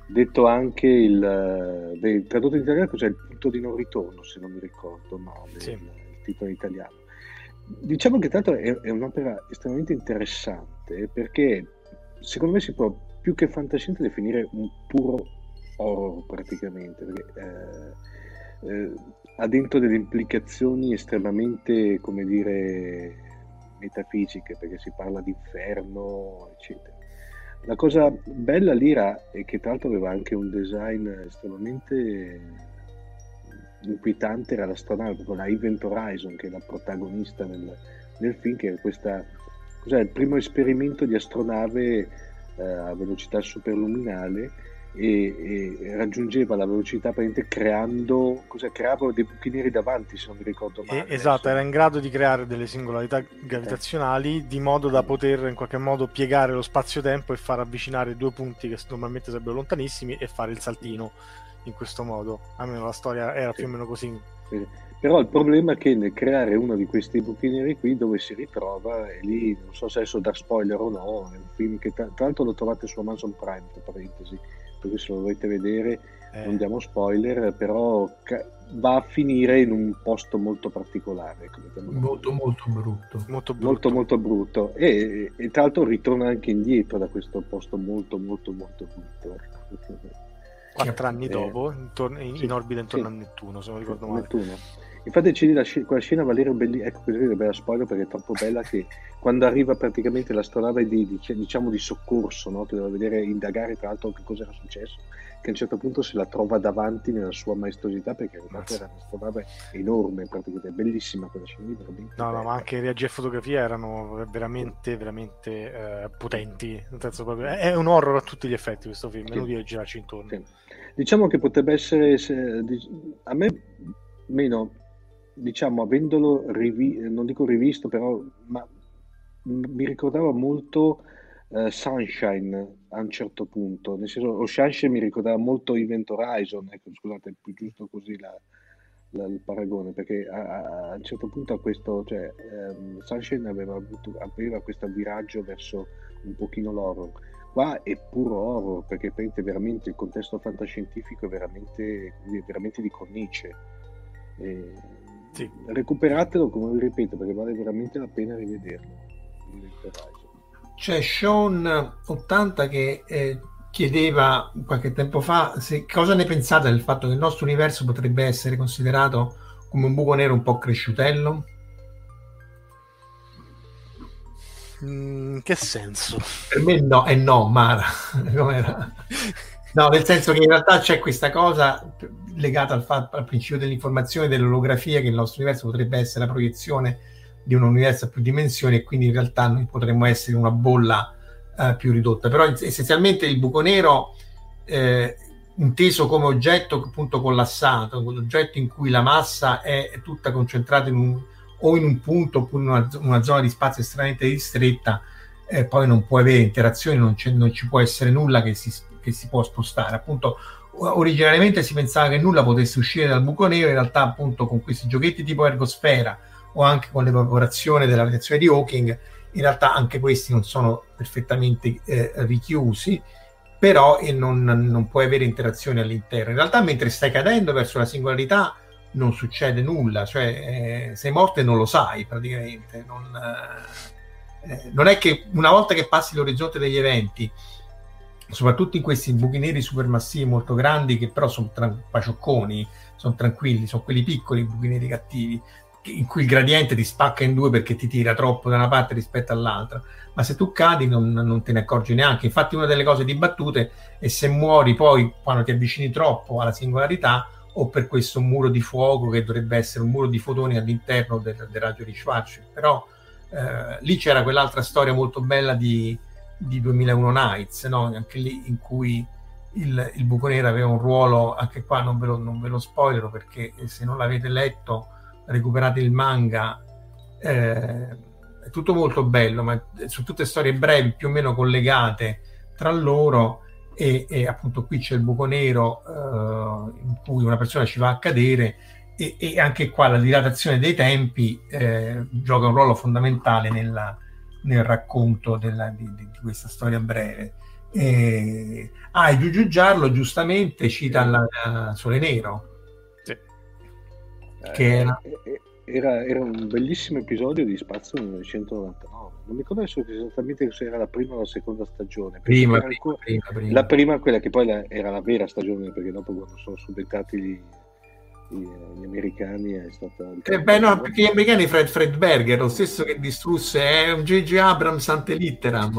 detto anche tradotto in italiano cos'è, il punto di non ritorno, se non mi ricordo male, Sì. il titolo italiano. Diciamo che tanto è un'opera estremamente interessante, perché secondo me si può più che fantascienza definire un puro horror praticamente, perché ha dentro delle implicazioni estremamente, come dire, metafisiche, perché si parla di inferno, eccetera. La cosa bella l'Ira è che tra l'altro aveva anche un design estremamente inquietante, era l'astronave, proprio la Event Horizon, che è la protagonista nel film, che è cos'è, il primo esperimento di astronave a velocità superluminale, e raggiungeva la velocità praticamente creava dei buchi neri davanti, se non mi ricordo male. Esatto, era in grado di creare delle singolarità gravitazionali di modo da poter in qualche modo piegare lo spazio-tempo e far avvicinare due punti che normalmente sarebbero lontanissimi e fare il saltino in questo modo. Almeno la storia era più o meno così. Sì. Però il problema è che nel creare uno di questi buchi neri qui, dove si ritrova, e lì non so se adesso dar spoiler o no, è un film che tra l'altro lo trovate su Amazon Prime, tra parentesi, perché se lo volete vedere non diamo spoiler, però va a finire in un posto molto particolare, molto molto brutto, e tra l'altro ritorna anche indietro da questo posto molto brutto. 4 anni dopo, in orbita intorno a Nettuno, se non ricordo male. Nettuno. Infatti c'è lì quella scena, Valerio, ecco, così è bella spoiler, perché è troppo bella, che quando arriva praticamente l'astronave diciamo di soccorso, no? Che doveva vedere, indagare tra l'altro che cosa era successo, che a un certo punto se la trova davanti nella sua maestosità, perché era un'astronave enorme, praticamente bellissima quella scena lì, no, ma anche regia e fotografia erano veramente potenti, nel senso proprio è un horror a tutti gli effetti questo film, è inutile girarci intorno. Sì. Diciamo che potrebbe essere, a me meno, diciamo, avendolo non dico rivisto, però ma mi ricordava molto Sunshine a un certo punto, nel senso, o Sunshine mi ricordava molto Event Horizon, ecco, scusate, è più giusto così il paragone, perché a un certo punto cioè, Sunshine aveva questo viraggio verso un pochino l'horror. Qua è puro horror, perché veramente il contesto fantascientifico è veramente di cornice. Sì. Recuperatelo, come vi ripeto, perché vale veramente la pena rivederlo. C'è Sean 80 che chiedeva qualche tempo fa cosa ne pensate del fatto che il nostro universo potrebbe essere considerato come un buco nero un po' cresciutello. Che senso? Per me no, Mara. Com'era? No, nel senso che in realtà c'è questa cosa legata al principio dell'informazione, dell'olografia, che il nostro universo potrebbe essere la proiezione di un universo a più dimensioni, e quindi in realtà noi potremmo essere una bolla più ridotta. Però essenzialmente il buco nero inteso come oggetto appunto collassato, un oggetto in cui la massa è tutta concentrata in un punto oppure in una zona di spazio estremamente ristretta, poi non può avere interazioni, non ci può essere nulla che si può spostare. Appunto, originariamente si pensava che nulla potesse uscire dal buco nero, in realtà appunto con questi giochetti tipo ergosfera o anche con l'evaporazione della radiazione di Hawking, in realtà anche questi non sono perfettamente richiusi, però non puoi avere interazioni all'interno. In realtà mentre stai cadendo verso la singolarità non succede nulla, cioè sei morto e non lo sai praticamente. Non è che una volta che passi l'orizzonte degli eventi, soprattutto in questi buchi neri supermassivi molto grandi, che però sono paciocconi, sono tranquilli, sono quelli piccoli buchi neri cattivi, in cui il gradiente ti spacca in due perché ti tira troppo da una parte rispetto all'altra, ma se tu cadi non te ne accorgi neanche. Infatti una delle cose dibattute è se muori poi quando ti avvicini troppo alla singolarità, o per questo muro di fuoco che dovrebbe essere un muro di fotoni all'interno del raggio di Schwarzschild. Però lì c'era quell'altra storia molto bella di 2001 Nights, no? Anche lì in cui il buco nero aveva un ruolo, anche qua non ve lo spoilerò, perché se non l'avete letto recuperate il manga, è tutto molto bello, ma sono tutte storie brevi più o meno collegate tra loro, e appunto qui c'è il buco nero in cui una persona ci va a cadere, e anche qua la dilatazione dei tempi gioca un ruolo fondamentale nel racconto di questa storia breve. E Giugiu Giarlo giustamente cita il Sole Nero, Sì. che era un bellissimo episodio di Spazio 1999. Non mi ricordo adesso esattamente se era la prima o la seconda stagione. prima. La prima, quella che poi era la vera stagione, perché dopo quando sono subentrati gli americani è stata... No, perché gli americani Fred Berger, lo stesso che distrusse, è un J.J. Abrams ante litteram.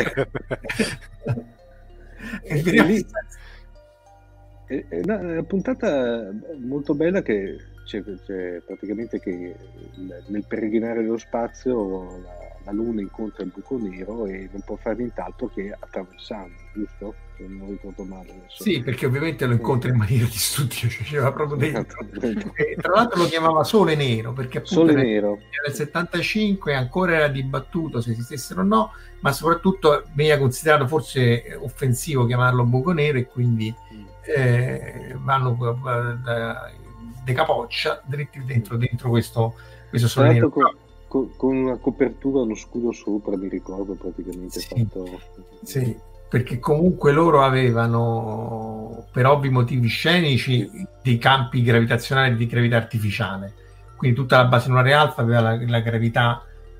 Una puntata molto bella che c'è praticamente che nel peregrinare dello spazio la Luna incontra il buco nero e non può fare nient'altro che attraversarlo, giusto? Se non ricordo male adesso. Sì, perché ovviamente lo incontra in maniera distruttiva, cioè c'era proprio dentro. E tra l'altro lo chiamava Sole Nero, perché appunto nel 75 ancora era dibattuto se esistessero o no, ma soprattutto veniva considerato forse offensivo chiamarlo buco nero, e quindi vanno de capoccia dritti dentro questo Sole Nero. Con una copertura, uno scudo sopra, mi ricordo praticamente. Sì, perché comunque loro avevano, per ovvi motivi scenici, dei campi gravitazionali di gravità artificiale, quindi tutta la base lunare alfa aveva la gravità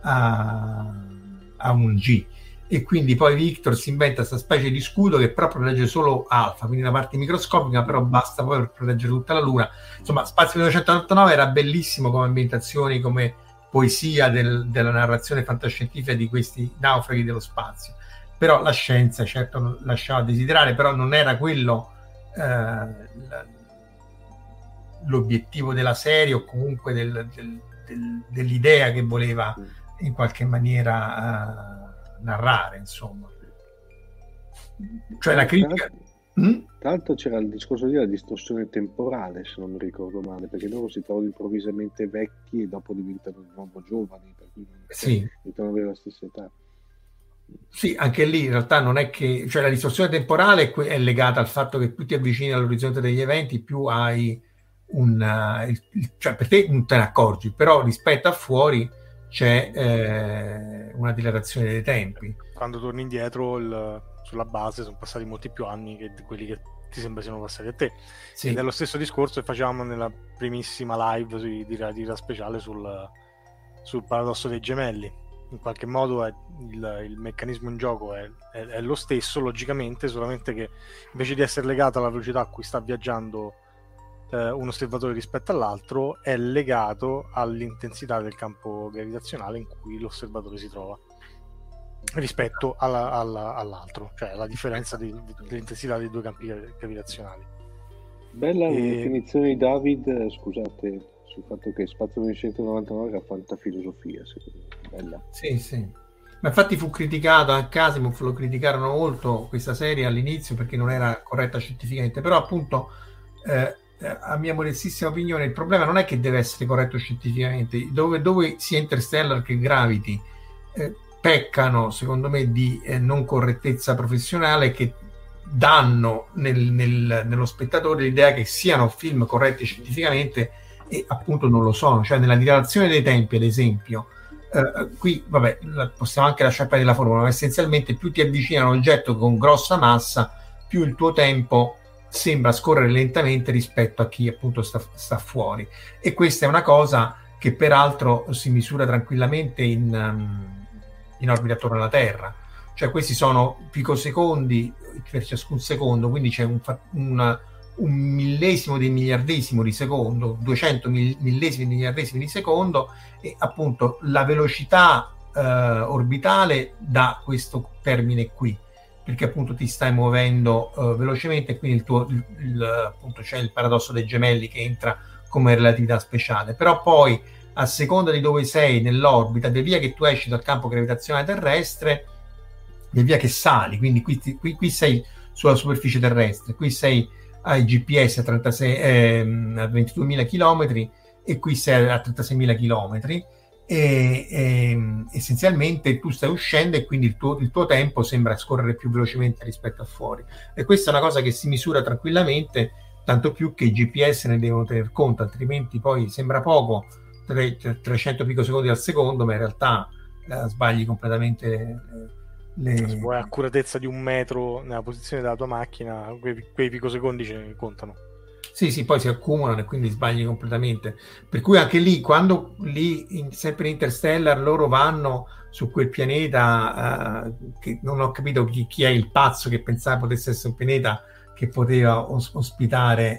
a un G, e quindi poi Victor si inventa questa specie di scudo che però protegge solo alfa, quindi la parte microscopica, però basta poi per proteggere tutta la Luna. Insomma, Spazio 1989 era bellissimo come ambientazioni, come poesia della narrazione fantascientifica di questi naufraghi dello spazio, però la scienza certo lasciava a desiderare, però non era quello l'obiettivo della serie, o comunque dell'idea che voleva in qualche maniera narrare, insomma. Cioè la critica... Tra l'altro c'era il discorso della distorsione temporale, se non mi ricordo male, perché loro si trovano improvvisamente vecchi e dopo diventano di nuovo giovani, per cui diventano avere la stessa età. Sì, anche lì in realtà non è che... Cioè la distorsione temporale è legata al fatto che più ti avvicini all'orizzonte degli eventi, più hai cioè per te non te ne accorgi, però rispetto a fuori c'è una dilatazione dei tempi. Quando torni indietro sulla base sono passati molti più anni che quelli che ti sembra siano passati a te. Sì. Ed è lo stesso discorso che facevamo nella primissima live di Radira Speciale sul paradosso dei gemelli. In qualche modo il meccanismo in gioco è lo stesso, logicamente, solamente che invece di essere legato alla velocità a cui sta viaggiando un osservatore rispetto all'altro, è legato all'intensità del campo gravitazionale in cui l'osservatore si trova rispetto all'altro, cioè la differenza dell'intensità dei due campi gravitazionali. Bella la definizione di David, scusate, sul fatto che Spazio 1999 era fantafilosofia, secondo me. Bella. Sì. Ma infatti fu criticato, anche Asimov lo criticarono molto questa serie all'inizio perché non era corretta scientificamente, però appunto a mia modestissima opinione il problema non è che deve essere corretto scientificamente, dove sia Interstellar che Gravity peccano secondo me di non correttezza professionale, che danno nello spettatore l'idea che siano film corretti scientificamente e appunto non lo sono. Cioè nella dilatazione dei tempi, ad esempio, qui vabbè possiamo anche lasciare perdere la formula, ma essenzialmente più ti avvicina a un oggetto con grossa massa, più il tuo tempo sembra scorrere lentamente rispetto a chi appunto sta fuori, e questa è una cosa che peraltro si misura tranquillamente in orbita attorno alla Terra. Cioè questi sono picosecondi per ciascun secondo, quindi c'è un millesimo di miliardesimo di secondo, 200 millesimi di miliardesimi di secondo, e appunto la velocità orbitale dà questo termine qui, perché appunto ti stai muovendo velocemente, e quindi appunto c'è il paradosso dei gemelli che entra come relatività speciale. Però poi a seconda di dove sei nell'orbita, via via che tu esci dal campo gravitazionale terrestre, via via che sali, quindi qui sei sulla superficie terrestre, qui sei ai GPS a 22.000 km e qui sei a 36.000 km, e essenzialmente tu stai uscendo e quindi il tuo tempo sembra scorrere più velocemente rispetto a fuori, e questa è una cosa che si misura tranquillamente, tanto più che i GPS ne devono tener conto, altrimenti poi sembra poco, 300 picosecondi al secondo, ma in realtà sbagli completamente Se vuoi accuratezza di 1 metro nella posizione della tua macchina, quei picosecondi contano. Sì, poi si accumulano e quindi sbagli completamente. Per cui anche lì, quando sempre in Interstellar loro vanno su quel pianeta, che non ho capito chi è il pazzo che pensava potesse essere un pianeta che poteva ospitare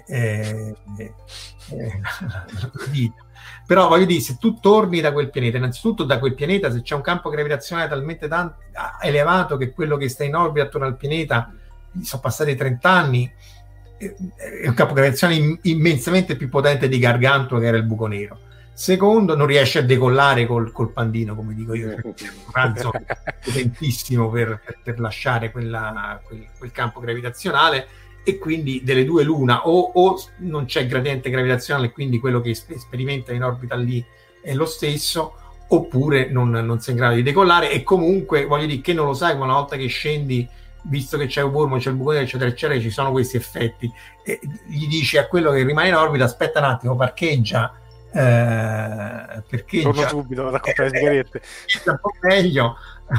la vita. Però voglio dire, se tu torni da quel pianeta, innanzitutto da quel pianeta, se c'è un campo gravitazionale talmente elevato che quello che sta in orbita attorno al pianeta, sono passati 30 anni, è un campo gravitazionale immensamente più potente di Gargantua, che era il buco nero. Secondo, non riesce a decollare col pandino, come dico io, un razzo potentissimo per lasciare quel campo gravitazionale, e quindi delle due l'una, o non c'è gradiente gravitazionale, quindi quello che sperimenta in orbita lì è lo stesso, oppure non sei in grado di decollare. E comunque voglio dire che non lo sai, una volta che scendi, visto che c'è un wormo, c'è il buco nero, eccetera eccetera, ci sono questi effetti, e gli dici a quello che rimane in orbita: aspetta un attimo, parcheggia, torno subito a raccontare le sigarette, un po' meglio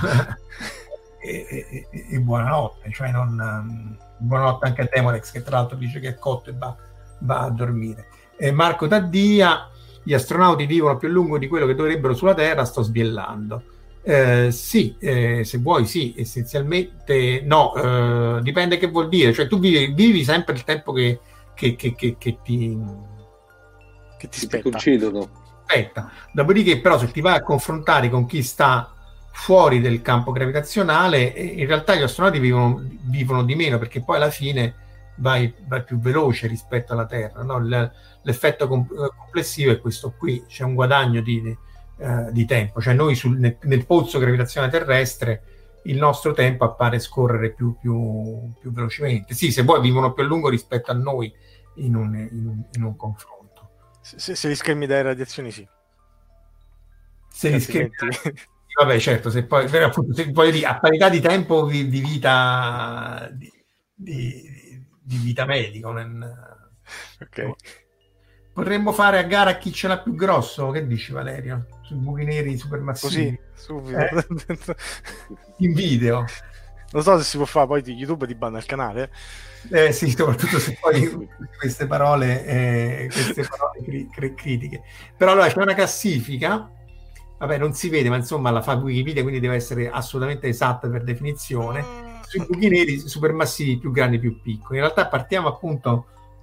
e buonanotte. Cioè buonanotte anche a Demorex, che tra l'altro dice che è cotto e va a dormire. Marco Taddia: gli astronauti vivono più a lungo di quello che dovrebbero sulla Terra. Sto sbiellando. Sì, se vuoi sì, essenzialmente no, dipende che vuol dire. Cioè tu vivi sempre il tempo che ti concedono. Aspetta. Dopodiché però se ti vai a confrontare con chi sta fuori del campo gravitazionale, in realtà gli astronauti vivono di meno, perché poi alla fine vai più veloce rispetto alla Terra, no? L'effetto complessivo è questo qui, c'è un guadagno di tempo. Cioè noi nel pozzo gravitazionale terrestre il nostro tempo appare scorrere più velocemente. Sì, se vuoi vivono più a lungo rispetto a noi in un confronto. Se li schermi dalle radiazioni, sì. Se li schermi, vabbè, certo, se poi appunto, se voglio dire, a parità di tempo di vita di vita medica. Ok. Potremmo fare a gara chi ce l'ha più grosso, che dici Valerio? Sui buchi neri supermassivi. Così, subito. In video. Non so se si può fare, poi YouTube ti banna il canale. Sì, soprattutto se poi queste parole critiche. Però allora c'è una classifica, vabbè non si vede, ma insomma la fa Wikipedia, quindi deve essere assolutamente esatta per definizione, sui buchi neri supermassivi più grandi e più piccoli. In realtà partiamo appunto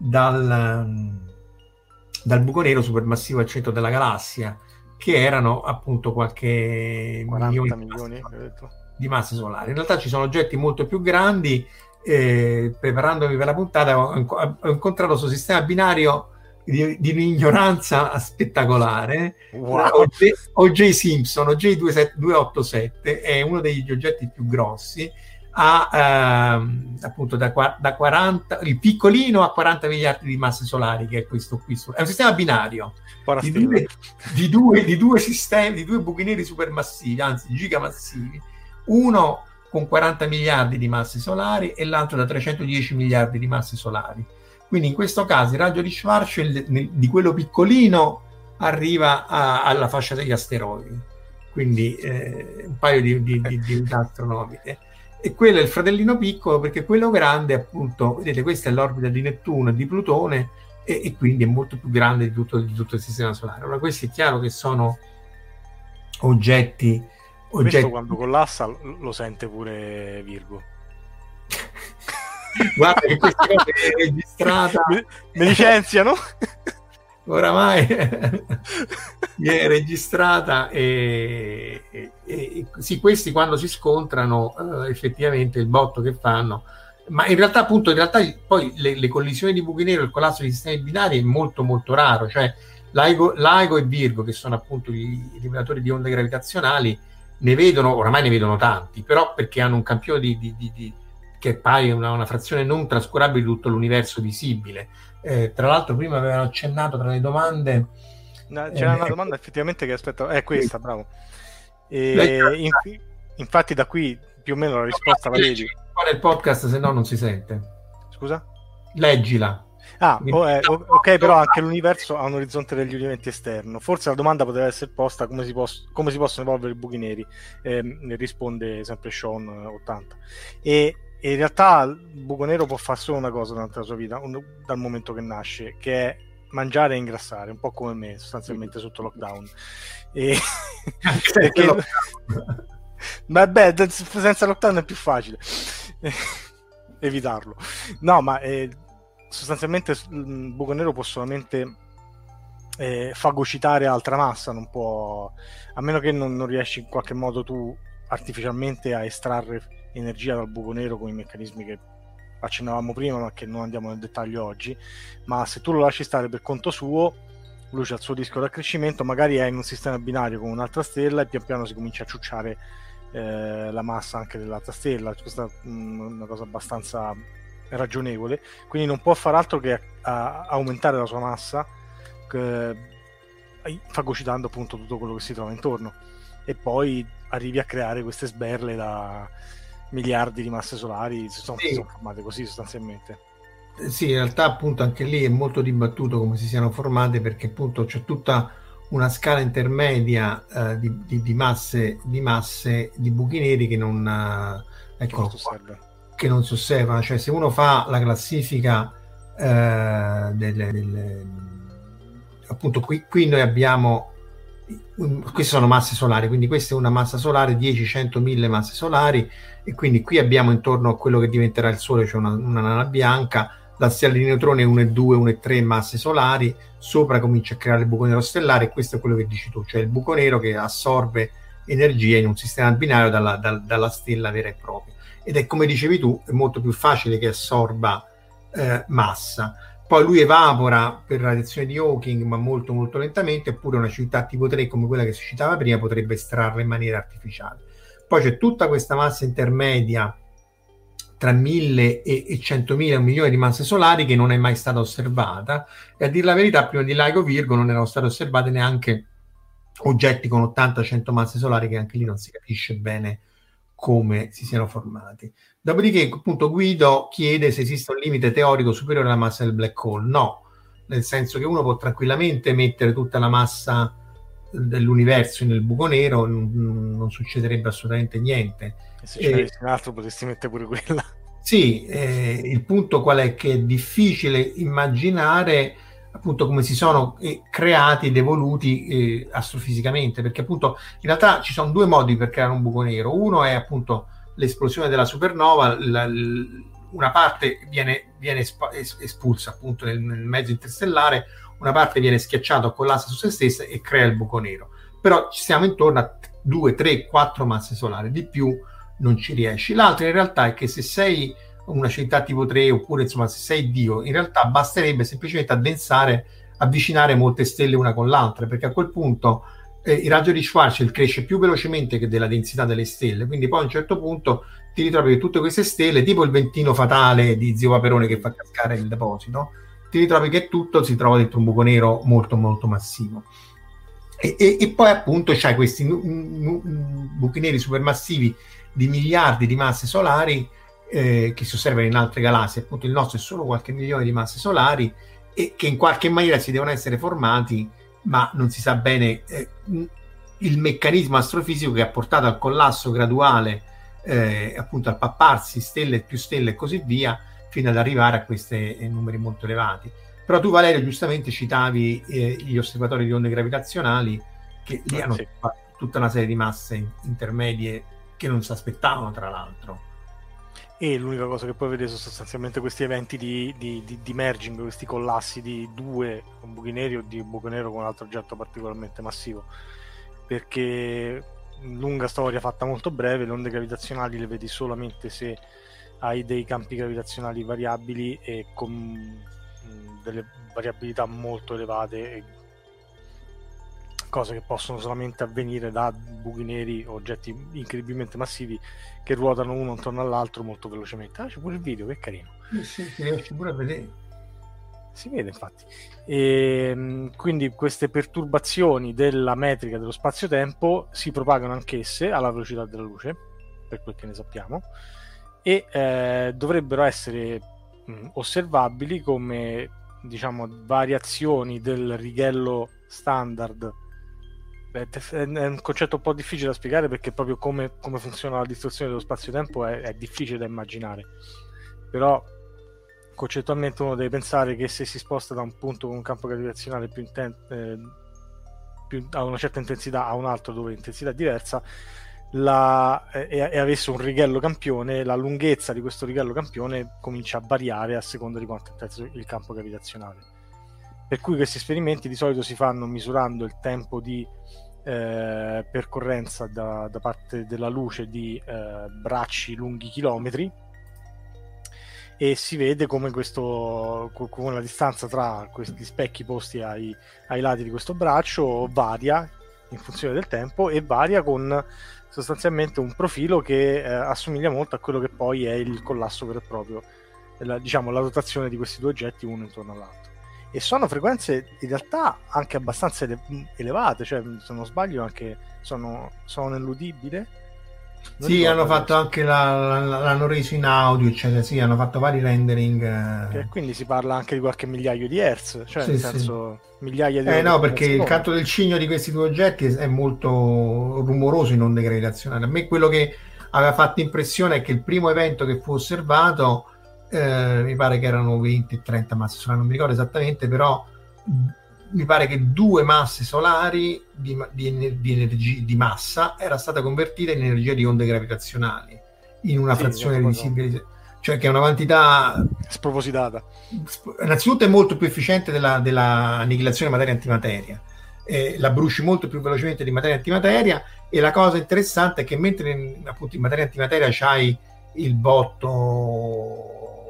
dal buco nero supermassivo al centro della galassia, che erano appunto qualche 40 milioni di masse solari. In realtà ci sono oggetti molto più grandi. Preparandomi per la puntata ho incontrato questo sistema binario di un'ignoranza spettacolare. Wow. OJ Simpson, OJ287 è uno degli oggetti più grossi, appunto da 40, il piccolino a 40 miliardi di masse solari, che è questo qui. È un sistema binario di due sistemi, di due buchi neri supermassivi, anzi gigamassivi, uno con 40 miliardi di masse solari e l'altro da 310 miliardi di masse solari. Quindi in questo caso il raggio di Schwarzschild di quello piccolino arriva alla fascia degli asteroidi, quindi un paio di unità astronomiche. E quello è il fratellino piccolo, perché quello grande, appunto, vedete, questa è l'orbita di Nettuno e di Plutone, e quindi è molto più grande di tutto il sistema solare. Ora, questi è chiaro che sono oggetti. Questo quando collassa lo sente pure Virgo. Guarda che questa cosa è registrata. Mi licenziano? Oramai è registrata e sì, questi quando si scontrano effettivamente il botto che fanno. Ma in realtà poi le collisioni di buchi neri, il collasso di sistemi binari è molto molto raro. Cioe LIGO e Virgo, che sono appunto i rivelatori di onde gravitazionali, oramai ne vedono tanti, però perché hanno un campione che è pari una frazione non trascurabile di tutto l'universo visibile. Tra l'altro prima avevano accennato tra le domande, c'era una domanda effettivamente che aspetta, è questa, bravo. Infatti da qui più o meno la risposta la vedi nel podcast, se no non si sente. Scusa? Leggila. Ok, però anche l'universo ha un orizzonte degli eventi esterno. Forse la domanda poteva essere posta come si possono evolvere i buchi neri, risponde sempre Sean 80. E in realtà il buco nero può fare solo una cosa durante la sua vita, dal momento che nasce, che è mangiare e ingrassare, un po' come me sostanzialmente sotto lockdown. Perché vabbè, senza lockdown è più facile evitarlo. No, ma sostanzialmente il buco nero può solamente fagocitare altra massa, non può, a meno che non riesci in qualche modo tu artificialmente a estrarre energia dal buco nero con i meccanismi che accennavamo prima, ma che non andiamo nel dettaglio oggi. Ma se tu lo lasci stare per conto suo, lui c'ha il suo disco d'accrescimento, magari è in un sistema binario con un'altra stella e pian piano si comincia a ciucciare la massa anche dell'altra stella. Questa è una cosa abbastanza ragionevole, quindi non può far altro che aumentare la sua massa, fagocitando appunto tutto quello che si trova intorno, e poi arrivi a creare queste sberle da miliardi di masse solari, sono formate così sostanzialmente. Sì, in realtà appunto anche lì è molto dibattuto come si siano formate, perché appunto c'è tutta una scala intermedia di masse di buchi neri che non che non si osservano. Cioè, se uno fa la classifica appunto qui noi abbiamo, queste sono masse solari, quindi questa è una massa solare, 10, 100, 1000 masse solari, e quindi qui abbiamo intorno a quello che diventerà il Sole, cioè una nana bianca, la stella di neutroni 1 e 2, 1 e 3 masse solari, sopra comincia a creare il buco nero stellare, e questo è quello che dici tu, cioè il buco nero che assorbe energia in un sistema binario dalla stella vera e propria, ed è, come dicevi tu, è molto più facile che assorba massa. Poi lui evapora per radiazione di Hawking, ma molto molto lentamente, eppure una civiltà tipo 3 come quella che si citava prima potrebbe estrarre in maniera artificiale. Poi c'è tutta questa massa intermedia tra 1000 e 100.000, 1 milione di masse solari che non è mai stata osservata, e a dire la verità prima di Lygo Virgo non erano state osservate neanche oggetti con 80-100 masse solari, che anche lì non si capisce bene come si siano formati. Dopodiché appunto Guido chiede se esiste un limite teorico superiore alla massa del black hole. No, nel senso che uno può tranquillamente mettere tutta la massa dell'universo nel buco nero, non succederebbe assolutamente niente. E se ce n'è un altro potresti mettere pure quella. Sì, il punto qual è? Che è difficile immaginare appunto come si sono creati ed evoluti astrofisicamente, perché appunto in realtà ci sono due modi per creare un buco nero. Uno è appunto l'esplosione della supernova, una parte viene espulsa appunto nel mezzo interstellare, una parte viene schiacciata o collassa su se stessa e crea il buco nero. Però ci siamo intorno a 2, 3, 4 masse solari, di più non ci riesci. L'altro in realtà è che se sei una civiltà tipo 3, oppure insomma se sei Dio, in realtà basterebbe semplicemente avvicinare molte stelle una con l'altra, perché a quel punto il raggio di Schwarzschild cresce più velocemente che della densità delle stelle, quindi poi a un certo punto ti ritrovi che tutte queste stelle, tipo il ventino fatale di Zio Paperone che fa cascare il deposito, ti ritrovi che tutto si trova dentro un buco nero molto molto massivo, e poi appunto c'hai questi buchi neri supermassivi di miliardi di masse solari che si osservano in altre galassie. Appunto il nostro è solo qualche milione di masse solari, e che in qualche maniera si devono essere formati, ma non si sa bene il meccanismo astrofisico che ha portato al collasso graduale, appunto al papparsi stelle più stelle e così via, fino ad arrivare a questi numeri molto elevati. Però tu, Valerio, giustamente citavi gli osservatori di onde gravitazionali, che lì hanno tutta una serie di masse intermedie che non si aspettavano, tra l'altro. E l'unica cosa che puoi vedere sono sostanzialmente questi eventi di merging, questi collassi di due buchi neri o di un buco nero con un altro oggetto particolarmente massivo, perché lunga storia fatta molto breve, le onde gravitazionali le vedi solamente se hai dei campi gravitazionali variabili e con delle variabilità molto elevate, cose che possono solamente avvenire da buchi neri, oggetti incredibilmente massivi che ruotano uno intorno all'altro molto velocemente. C'è pure il video, che carino. Sì, riesci pure a vedere. Si vede infatti. E quindi queste perturbazioni della metrica dello spazio-tempo si propagano anch'esse alla velocità della luce, per quel che ne sappiamo, e dovrebbero essere osservabili come, diciamo, variazioni del righello standard. È un concetto un po' difficile da spiegare, perché proprio come funziona la distorsione dello spazio-tempo è difficile da immaginare, però concettualmente uno deve pensare che se si sposta da un punto con un campo gravitazionale a una certa intensità a un altro dove l'intensità è diversa, e avesse un righello campione, la lunghezza di questo righello campione comincia a variare a seconda di quanto è intenso il campo gravitazionale. Per cui questi esperimenti di solito si fanno misurando il tempo di percorrenza da parte della luce di bracci lunghi chilometri, e si vede come come la distanza tra questi specchi posti ai lati di questo braccio varia in funzione del tempo, e varia con sostanzialmente un profilo che assomiglia molto a quello che poi è il collasso vero e proprio, diciamo la rotazione di questi due oggetti uno intorno all'altro. E sono frequenze in realtà anche abbastanza elevate, cioè se non sbaglio anche sono nell'udibile. Sì, hanno fatto anche l'hanno reso in audio, eccetera. Sì, hanno fatto vari rendering. Quindi si parla anche di qualche migliaio di hertz, cioè sì, nel senso migliaia di no, perché il canto del cigno di questi due oggetti è molto rumoroso in onde gravitazionali. A me quello che aveva fatto impressione è che il primo evento che fu osservato, mi pare che erano 20 e 30 masse solari, non mi ricordo esattamente, però mi pare che 2 masse solari di massa era stata convertita in energia di onde gravitazionali in una frazione visibile, cioè che è una quantità spropositata. Innanzitutto è molto più efficiente della annichilazione materia-antimateria, la bruci molto più velocemente di materia-antimateria, e la cosa interessante è che mentre appunto in materia-antimateria c'hai il botto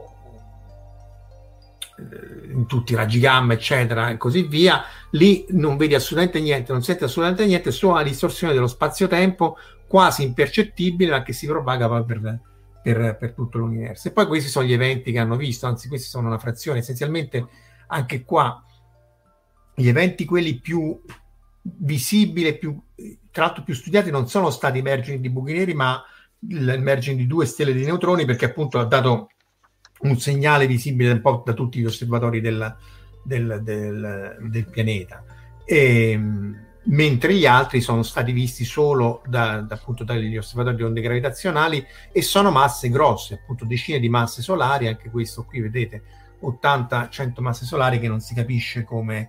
in tutti i raggi gamma eccetera e così via, lì non vedi assolutamente niente, non senti assolutamente niente, solo una distorsione dello spazio-tempo quasi impercettibile, ma che si propaga poi per tutto l'universo. E poi questi sono gli eventi che hanno visto, anzi questi sono una frazione, essenzialmente anche qua gli eventi quelli più visibili, tra l'altro più studiati, non sono stati i merging di buchi neri, ma il merging di 2 stelle di neutroni, perché appunto ha dato un segnale visibile un po' da tutti gli osservatori del pianeta, mentre gli altri sono stati visti solo appunto dagli osservatori di onde gravitazionali, e sono masse grosse, appunto decine di masse solari. Anche questo qui vedete 80-100 masse solari, che non si capisce come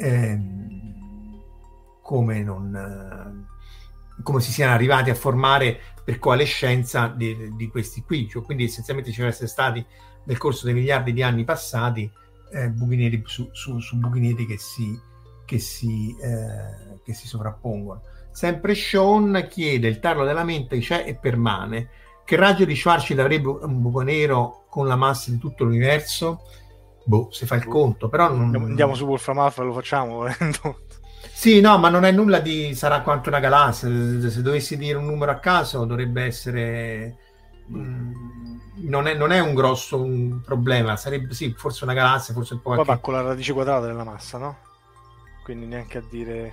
si siano arrivati a formare per coalescenza di questi qui, cioè, quindi essenzialmente ci devono essere stati nel corso dei miliardi di anni passati buchi neri su buchi neri che si sovrappongono. Sempre Sean chiede: il tarlo della mente c'è e permane, che raggio di Schwarzschild avrebbe un buco nero con la massa di tutto l'universo? Se fa il conto, però andiamo su Wolfram Alpha, lo facciamo. Sì, no, ma non è nulla sarà quanto una galassia. Se dovessi dire un numero a caso, dovrebbe essere non è un grosso problema, sarebbe sì, forse una galassia, forse un po' qua va con la radice quadrata della massa, no? Quindi neanche a dire,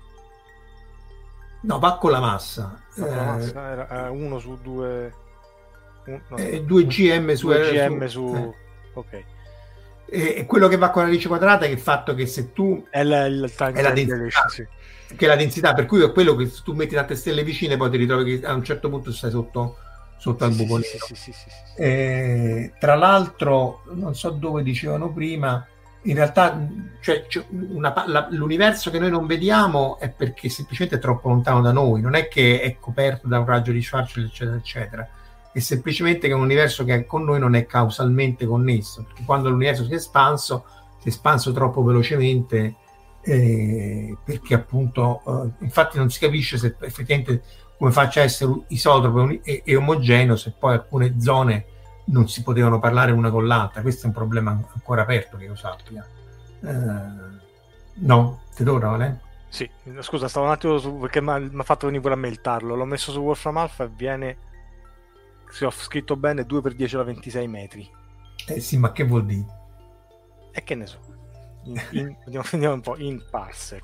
no, va con la massa, era 1 su 2 2 gm su 2 gm su ok. E quello che va con la radice quadrata è il fatto che se tu è la densità, sì, che è la densità, per cui è quello che tu metti tante stelle vicine, poi ti ritrovi che a un certo punto stai sotto al buco nero. Tra l'altro non so dove dicevano prima, in realtà l'universo che noi non vediamo è perché semplicemente è troppo lontano da noi, non è che è coperto da un raggio di Schwarzschild eccetera eccetera, è semplicemente che un universo che è con noi non è causalmente connesso, perché quando l'universo si è espanso troppo velocemente, perché appunto infatti non si capisce se effettivamente come faccia a essere isotropo e omogeneo, se poi alcune zone non si potevano parlare una con l'altra. Questo è un problema ancora aperto, che io sappia. No? Ti torna, Vale? Sì, scusa, stavo un attimo perché mi ha fatto venire pure a me il tarlo. L'ho messo su Wolfram Alpha e viene, se ho scritto bene, 2 per 10 alla 26 metri. Sì, ma che vuol dire? E che ne so. Andiamo un po' in parsec.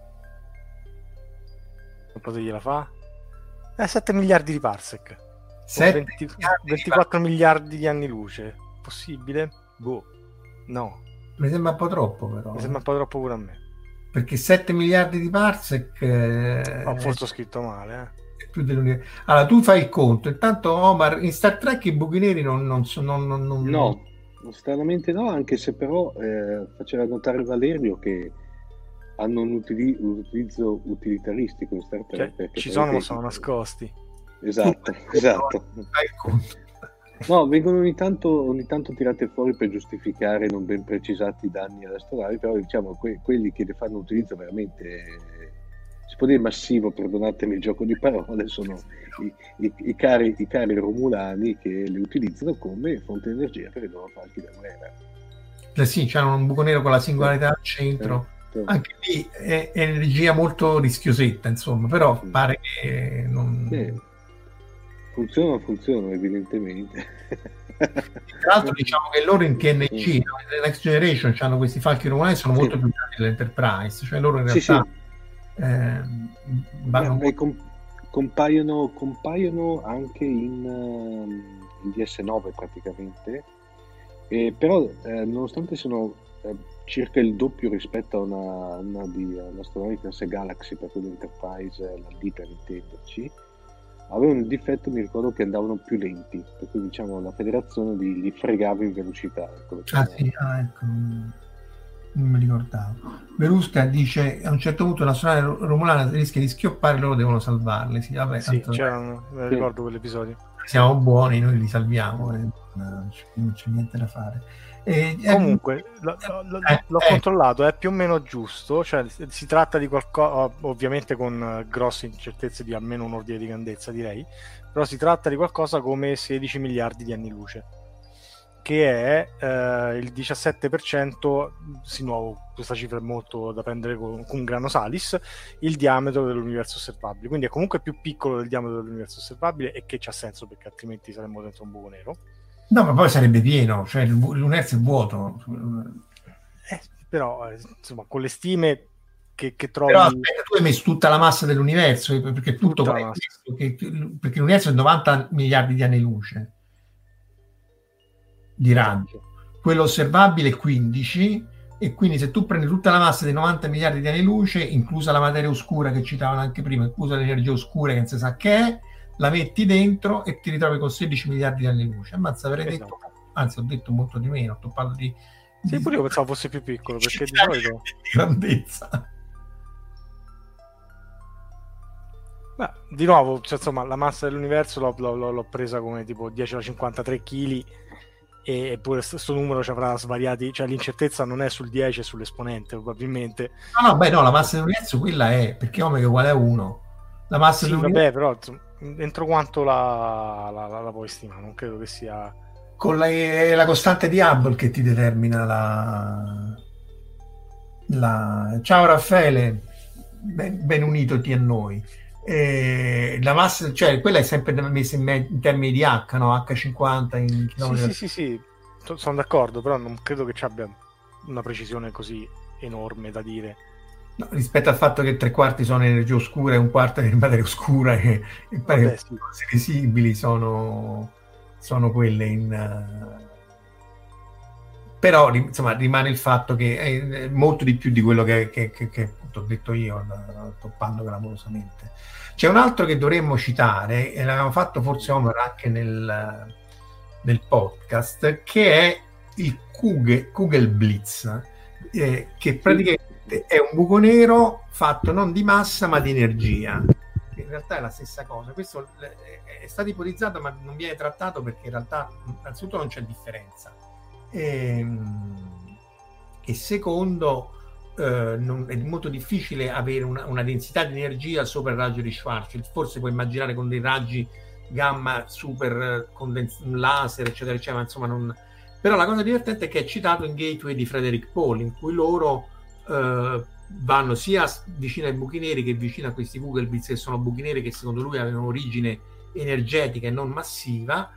Quanto gliela fa? 7 miliardi di parsec. 24 miliardi di anni luce. Possibile? Boh. No. Mi sembra un po' troppo, però. Mi sembra un po' troppo pure a me. Perché 7 miliardi di parsec... forse ho scritto male, è più dell'universo. Allora, tu fai il conto. Intanto, Omar, in Star Trek i buchi neri non sono... No, stranamente no, anche se però faceva notare Valerio che hanno un utilizzo utilitaristico in Star Trek. Cioè, ci sono, ma sono nascosti. Esatto. Fai il conto. No, vengono ogni tanto tirate fuori per giustificare non ben precisati i danni all'astronavi, però diciamo quelli che ne fanno utilizzo veramente, si può dire massivo, perdonatemi il gioco di parole, sono i cari romulani che li utilizzano come fonte di energia per i loro falchi da guerra. Sì, c'hanno un buco nero con la singolarità al centro. Anche lì è energia molto rischiosetta, insomma, però pare che non... Funzionano evidentemente. Tra l'altro diciamo che loro in TNG, nella Next Generation, hanno questi falchi romulani, sono molto più grandi dell'Enterprise, cioè loro in realtà compaiono anche in DS9 praticamente, però nonostante sono circa il doppio rispetto a un'astronave classe Galaxy, per cui l'Enterprise, la D per intenderci, avevano il difetto, mi ricordo, che andavano più lenti, per cui diciamo la federazione li fregava in velocità. Ecco. Non mi ricordavo. Verusca dice a un certo punto la astronave romulana rischia di schioppare, loro devono salvarle. Sì, vabbè, me ricordo quell'episodio. Siamo buoni, noi li salviamo, non c'è niente da fare. Comunque l'ho controllato, è più o meno giusto, cioè si tratta di qualcosa, ovviamente con grosse incertezze di almeno un ordine di grandezza, direi, però si tratta di qualcosa come 16 miliardi di anni luce, che è il 17%, di nuovo questa cifra è molto da prendere con un grano salis, il diametro dell'universo osservabile, quindi è comunque più piccolo del diametro dell'universo osservabile, e che c'ha senso perché altrimenti saremmo dentro un buco nero. No, ma poi sarebbe pieno, cioè l'universo è vuoto. Però, insomma, con le stime che trovi... Però aspetta, tu hai messo tutta la massa dell'universo, perché tutto perché l'universo è 90 miliardi di anni luce di raggio. Quello osservabile è 15, e quindi se tu prendi tutta la massa dei 90 miliardi di anni luce, inclusa la materia oscura che citavano anche prima, inclusa l'energia oscura che non si sa che è, la metti dentro e ti ritrovi con 16 miliardi di anni luce. Ammazza, avrei detto, anzi ho detto molto di meno, ho parlato di... Sì, pure io pensavo fosse più piccolo, perché di solito... di grandezza. Beh, di nuovo, cioè, insomma, la massa dell'universo l'ho presa come tipo 10 alla 53 kg, eppure questo numero ci avrà svariati, cioè l'incertezza non è sul 10, è sull'esponente probabilmente. No, la massa dell'universo quella è, perché omega uguale a 1. La massa dell'universo... Vabbè, però entro quanto la puoi stimare? Non credo che sia... Con la costante di Hubble che ti determina la... Ciao Raffaele, ben unitoti a noi. La massa, cioè quella è sempre messa in termini di H, no? H50 in chilometri. Sì, sono d'accordo, però non credo che ci abbia una precisione così enorme da dire. No, rispetto al fatto che 3/4 sono energia oscura e 1/4 è materia oscura, e pare che le cose visibili sono quelle in... Però insomma rimane il fatto che è molto di più di quello che ho detto io, toppando clamorosamente. C'è un altro che dovremmo citare, e l'avevamo fatto forse Omar anche nel podcast, che è il Kugelblitz, che praticamente è un buco nero fatto non di massa ma di energia, che in realtà è la stessa cosa. Questo è stato ipotizzato ma non viene trattato perché in realtà innanzitutto non c'è differenza, e secondo è molto difficile avere una densità di energia sopra il raggio di Schwarzschild. Forse puoi immaginare con dei raggi gamma super laser eccetera eccetera, ma insomma non... Però la cosa divertente è che è citato in Gateway di Frederick Paul, in cui loro vanno sia vicino ai buchi neri che vicino a questi Kugelblitz, che sono buchi neri che secondo lui avevano origine energetica e non massiva,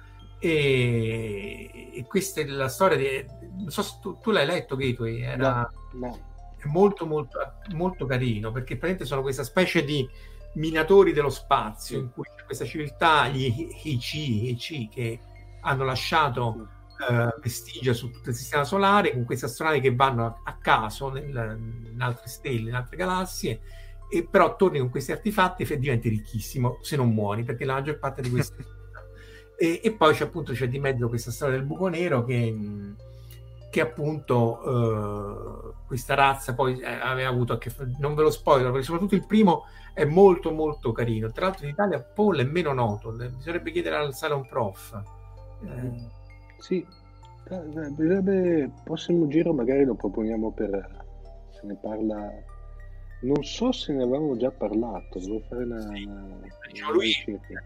e questa è la storia di... non so se tu l'hai letto Gateway, era... No. È molto molto molto carino, perché praticamente sono questa specie di minatori dello spazio, in cui c'è questa civiltà, gli Heichi, che hanno lasciato vestigia su tutto il sistema solare, con questi astronavi che vanno a caso in altre stelle, in altre galassie, e però torni con questi artefatti e diventi ricchissimo se non muori, perché la maggior parte di questi e poi c'è di mezzo questa storia del buco nero che appunto questa razza poi aveva avuto non ve lo spoiler, perché soprattutto il primo è molto molto carino. Tra l'altro in Italia Paul è meno noto, bisognerebbe chiedere al Salon Prof. Sì, bisognerebbe, prossimo giro magari lo proponiamo, se ne parla, non so se ne avevamo già parlato, devo fare una ricerca.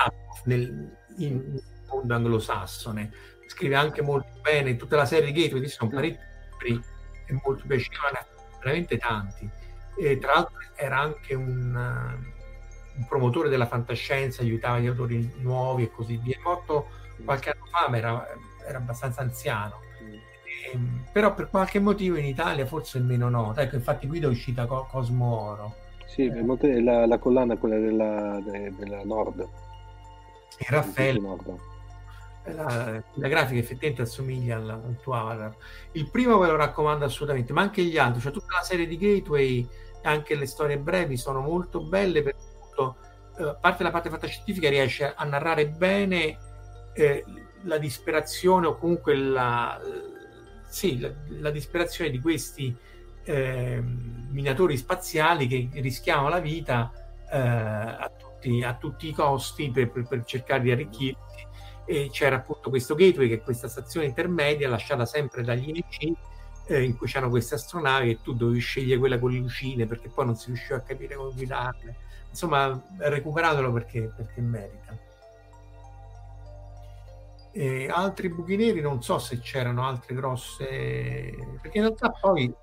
In mondo anglosassone scrive anche molto bene, tutta la serie di Gateway, sono parecchi libri e molto piacevoli, veramente tanti, e tra l'altro era anche un promotore della fantascienza, aiutava gli autori nuovi e così via. È morto qualche anno fa, ma era abbastanza anziano, però per qualche motivo in Italia forse è meno noto. Ecco, infatti Guido è uscita Cosmo Oro, la collana, quella della Nord, e Raffaello. La grafica effettivamente assomiglia al tuo avatar. Il primo ve lo raccomando assolutamente, ma anche gli altri, cioè tutta la serie di Gateway, anche le storie brevi sono molto belle, perché a parte la parte fantascientifica riesce a narrare bene la disperazione, o comunque la disperazione di questi minatori spaziali che rischiavano la vita a tutti i costi per cercare di arricchirsi. E c'era appunto questo Gateway, che è questa stazione intermedia lasciata sempre dagli NC, in cui c'erano queste astronavi e tu dovevi scegliere quella con le lucine, perché poi non si riusciva a capire come guidarle. Insomma, recuperatelo perché merita. E altri buchi neri non so se c'erano altre grosse, perché in realtà poi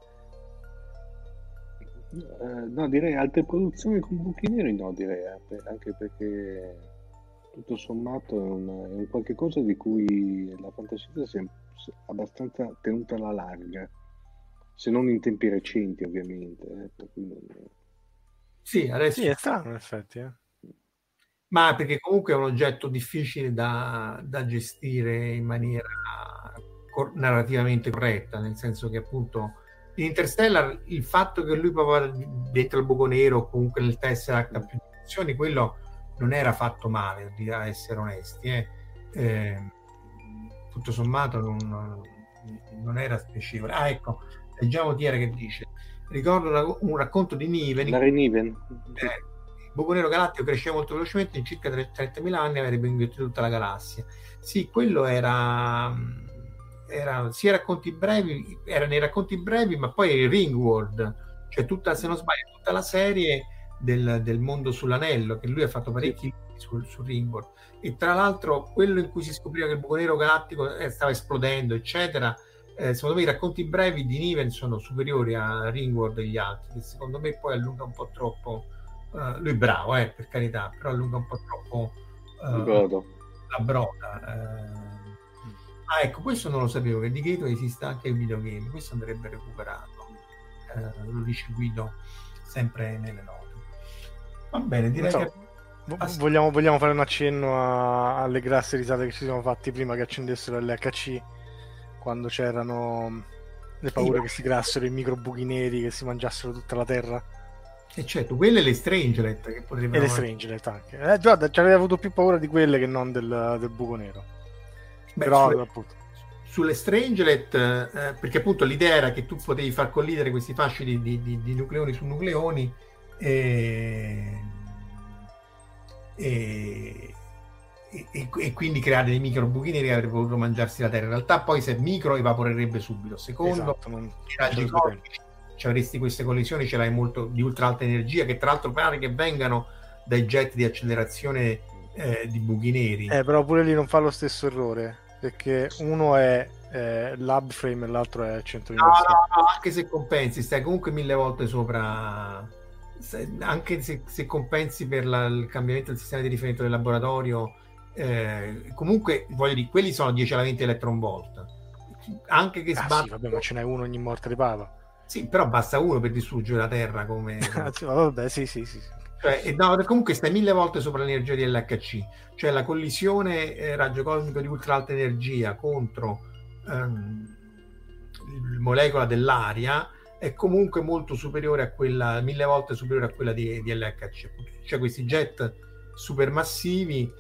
no, direi altre produzioni con buchi neri, no, direi anche perché tutto sommato è un qualche cosa di cui la fantascienza si è abbastanza tenuta alla larga, se non in tempi recenti, ovviamente. Sì, adesso è strano in effetti, ma perché comunque è un oggetto difficile da gestire in maniera narrativamente corretta, nel senso che appunto in Interstellar il fatto che lui proprio dentro il buco nero o comunque nel Tesseract ha più dimensioni, quello non era fatto male, a essere onesti, tutto sommato non era spiacevole. Ecco, leggiamo Tiera che dice: ricordo un racconto di Niven. Larry Niven. Il buco nero galattico cresceva molto velocemente, in circa 30.000 anni avrebbe inghiottito tutta la galassia. Sì, quello era sia racconti brevi, era nei racconti brevi, ma poi Ringworld, cioè se non sbaglio tutta la serie del mondo sull'anello, che lui ha fatto parecchi su Ringworld, e tra l'altro quello in cui si scopriva che il buco nero galattico stava esplodendo, eccetera. Secondo me i racconti brevi di Niven sono superiori a Ringworld e gli altri, che secondo me poi allunga un po' troppo. Lui è bravo, per carità, però allunga un po' troppo la broda. Ecco, questo non lo sapevo, che di Gateway esiste anche il videogame, questo andrebbe recuperato, lo dice Guido sempre nelle note. Va bene, direi che vogliamo fare un accenno alle grasse risate che ci siamo fatti prima che accendessero l'HC, quando c'erano le paure che si creassero i micro buchi neri che si mangiassero tutta la Terra. E certo, quelle le Strangelet che potrebbero... E le Strangelet anche. Guarda, ci avrei avuto più paura di quelle che non del buco nero. Però appunto sulle Strangelet, perché appunto l'idea era che tu potevi far collidere questi fasci di nucleoni su nucleoni e quindi creare dei micro buchi neri che avrebbero potuto mangiarsi la Terra. In realtà poi se micro evaporerebbe subito. Secondo i raggi cosmici avresti queste collisioni, ce l'hai molto di ultra alta energia, che tra l'altro pare che vengano dai jet di accelerazione di buchi neri. Però pure lì non fa lo stesso errore, perché uno è lab frame e l'altro è 100.000. No, anche se compensi stai comunque 1000 volte sopra, anche se compensi per il cambiamento del sistema di riferimento del laboratorio, comunque voglio dire, quelli sono 10 alla 20 electron volt, anche che sì, vabbè, ma ce n'è uno ogni morte di papa. Sì, però basta uno per distruggere la Terra come... Vabbè, sì. Cioè, no, comunque stai 1000 volte sopra l'energia di LHC, cioè la collisione raggio cosmico di ultra alta energia contro molecola dell'aria è comunque molto superiore a quella, 1000 volte superiore a quella di LHC. Cioè questi jet supermassivi,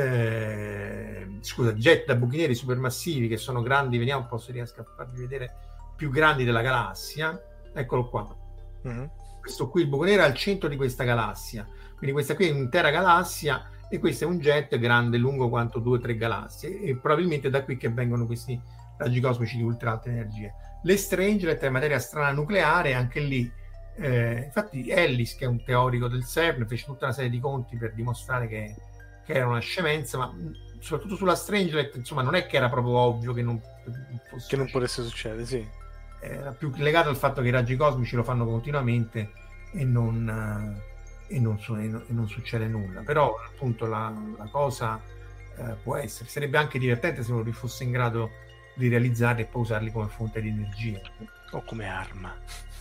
jet da buchi neri supermassivi che sono grandi, vediamo un po' se riesco a farvi vedere, più grandi della galassia, eccolo qua. Questo qui, il buco nero, è al centro di questa galassia, quindi questa qui è un'intera galassia e questo è un jet grande, lungo quanto 2 o 3 galassie, e probabilmente da qui che vengono questi raggi cosmici di ultra alta energia. Le Strangelet è materia strana nucleare, anche lì infatti Ellis, che è un teorico del CERN, fece tutta una serie di conti per dimostrare che era una scemenza, ma soprattutto sulla Strangelet, insomma, non è che era proprio ovvio che non potesse succedere, sì. Era più legato al fatto che i raggi cosmici lo fanno continuamente e non succede nulla. Però appunto la cosa può essere, sarebbe anche divertente se non fosse in grado di realizzarli e poi usarli come fonte di energia o come arma.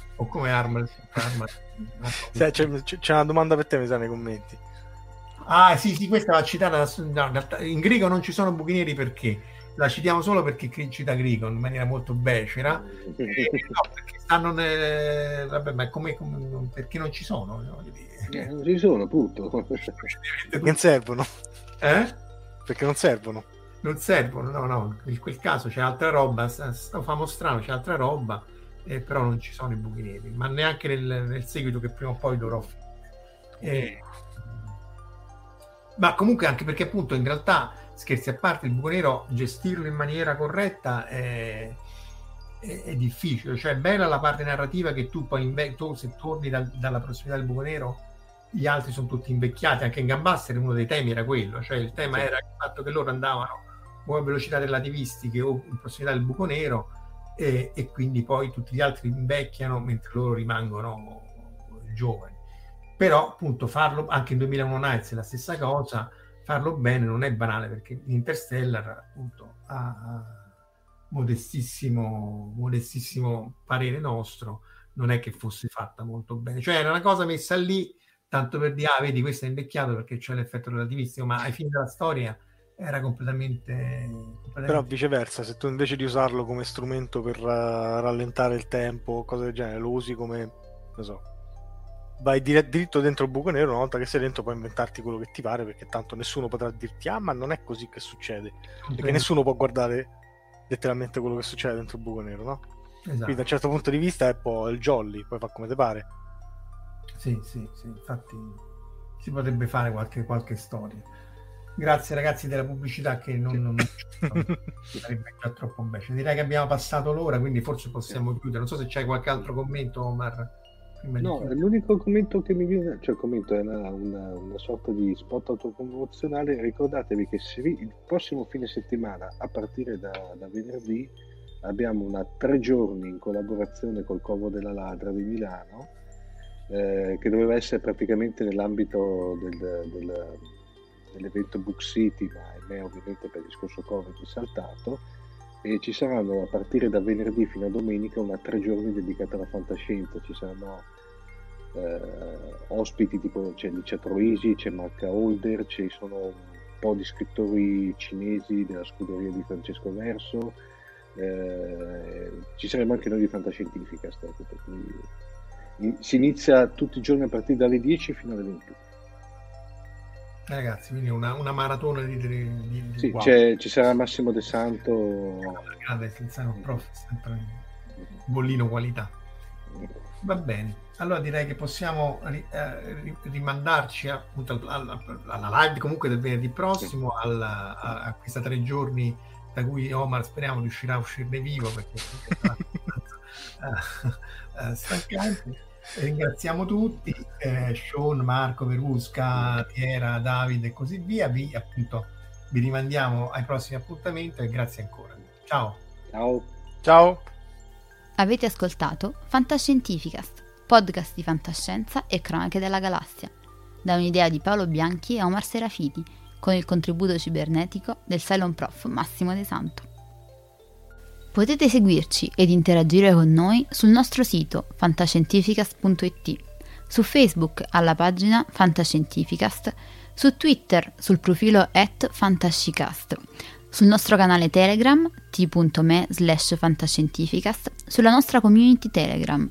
C'è una domanda per te, mi sa, nei commenti. Ah sì, questa va citata in Grigo. Non ci sono buchi neri perché la citiamo solo perché cita Grigo in maniera molto becera, no, perché stanno vabbè, ma come perché non ci sono? Non ci sono, appunto. Perché non servono. Perché non servono. Non servono, no, in quel caso c'è altra roba, famo strano, c'è altra roba, però non ci sono i buchi neri, ma neanche nel seguito che prima o poi dovrò fare. Ma comunque anche perché appunto in realtà, scherzi a parte, il buco nero gestirlo in maniera corretta è difficile. Cioè è bella la parte narrativa che tu poi se torni dalla prossimità del buco nero gli altri sono tutti invecchiati. Anche in Gambuster uno dei temi era quello, cioè il tema era il fatto che loro andavano o a velocità relativistiche o in prossimità del buco nero e quindi poi tutti gli altri invecchiano mentre loro rimangono giovani. Però appunto farlo anche in 2001 Nights è la stessa cosa, farlo bene non è banale, perché Interstellar appunto ha modestissimo parere nostro, non è che fosse fatta molto bene, cioè era una cosa messa lì tanto per dire vedi, questo è invecchiato perché c'è l'effetto relativistico, ma ai fini della storia era completamente... Però viceversa, se tu invece di usarlo come strumento per rallentare il tempo o cose del genere, lo usi come, non so, vai diritto dentro il buco nero, una volta che sei dentro puoi inventarti quello che ti pare, perché tanto nessuno potrà dirti ma non è così che succede, perché nessuno può guardare letteralmente quello che succede dentro il buco nero, no? Esatto. Quindi da un certo punto di vista è un po' il jolly, poi fa come ti pare. Sì, infatti si potrebbe fare qualche storia. Grazie ragazzi della pubblicità che non sarebbe già troppo becero. Direi che abbiamo passato l'ora, quindi forse possiamo chiudere. Non so se c'hai qualche altro commento, Omar. No, l'unico commento che mi viene, cioè il commento è una sorta di spot autopromozionale. Ricordatevi che il prossimo fine settimana, a partire da venerdì, abbiamo una 3 giorni in collaborazione col Covo della Ladra di Milano, che doveva essere praticamente nell'ambito dell'evento Book City, ma ahimè ovviamente per il discorso Covid è saltato, e ci saranno a partire da venerdì fino a domenica una 3 giorni dedicata alla fantascienza. Ci saranno ospiti tipo c'è Licia Troisi, c'è Marca Holder, ci sono un po' di scrittori cinesi della scuderia di Francesco Verso, ci saremo anche noi di Fantascientifica, per cui si inizia tutti i giorni a partire dalle 10 fino alle 21. Ragazzi, quindi una maratona di sì, wow. Ci sarà Massimo De Santo, grande prof, sempre bollino qualità. Va bene, allora direi che possiamo rimandarci appunto alla live comunque del venerdì prossimo, a questa 3 giorni da cui Omar speriamo riuscirà a uscirne vivo, perché è stancante. Ringraziamo tutti, Sean, Marco, Verusca, Piera, Davide e così via. Vi rimandiamo ai prossimi appuntamenti e grazie ancora. Ciao. Avete ascoltato Fantascientificast, podcast di fantascienza e cronache della galassia, da un'idea di Paolo Bianchi e Omar Serafiti, con il contributo cibernetico del Cylon Prof Massimo De Santo. Potete seguirci ed interagire con noi sul nostro sito fantascientificast.it, su Facebook alla pagina Fantascientificast, su Twitter sul profilo @fantascicast, sul nostro canale Telegram t.me/fantascientificast, sulla nostra community Telegram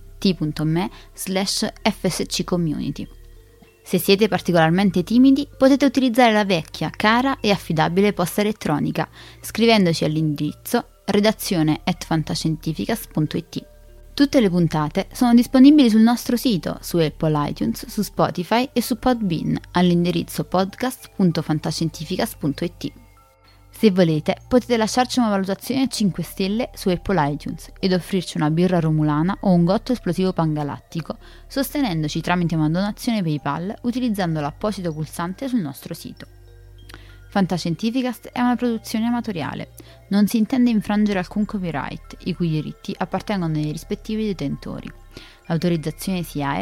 t.me/fsccommunity. Se siete particolarmente timidi, potete utilizzare la vecchia, cara e affidabile posta elettronica, scrivendoci all'indirizzo redazione@fantascientificast.it. Tutte le puntate sono disponibili sul nostro sito, su Apple iTunes, su Spotify e su Podbean, all'indirizzo podcast.fantascientificast.it. Se volete, potete lasciarci una valutazione a 5 stelle su Apple iTunes ed offrirci una birra romulana o un gotto esplosivo pangalattico, sostenendoci tramite una donazione PayPal utilizzando l'apposito pulsante sul nostro sito. Fantascientificast è una produzione amatoriale. Non si intende infrangere alcun copyright, i cui diritti appartengono ai rispettivi detentori. L'autorizzazione SIAE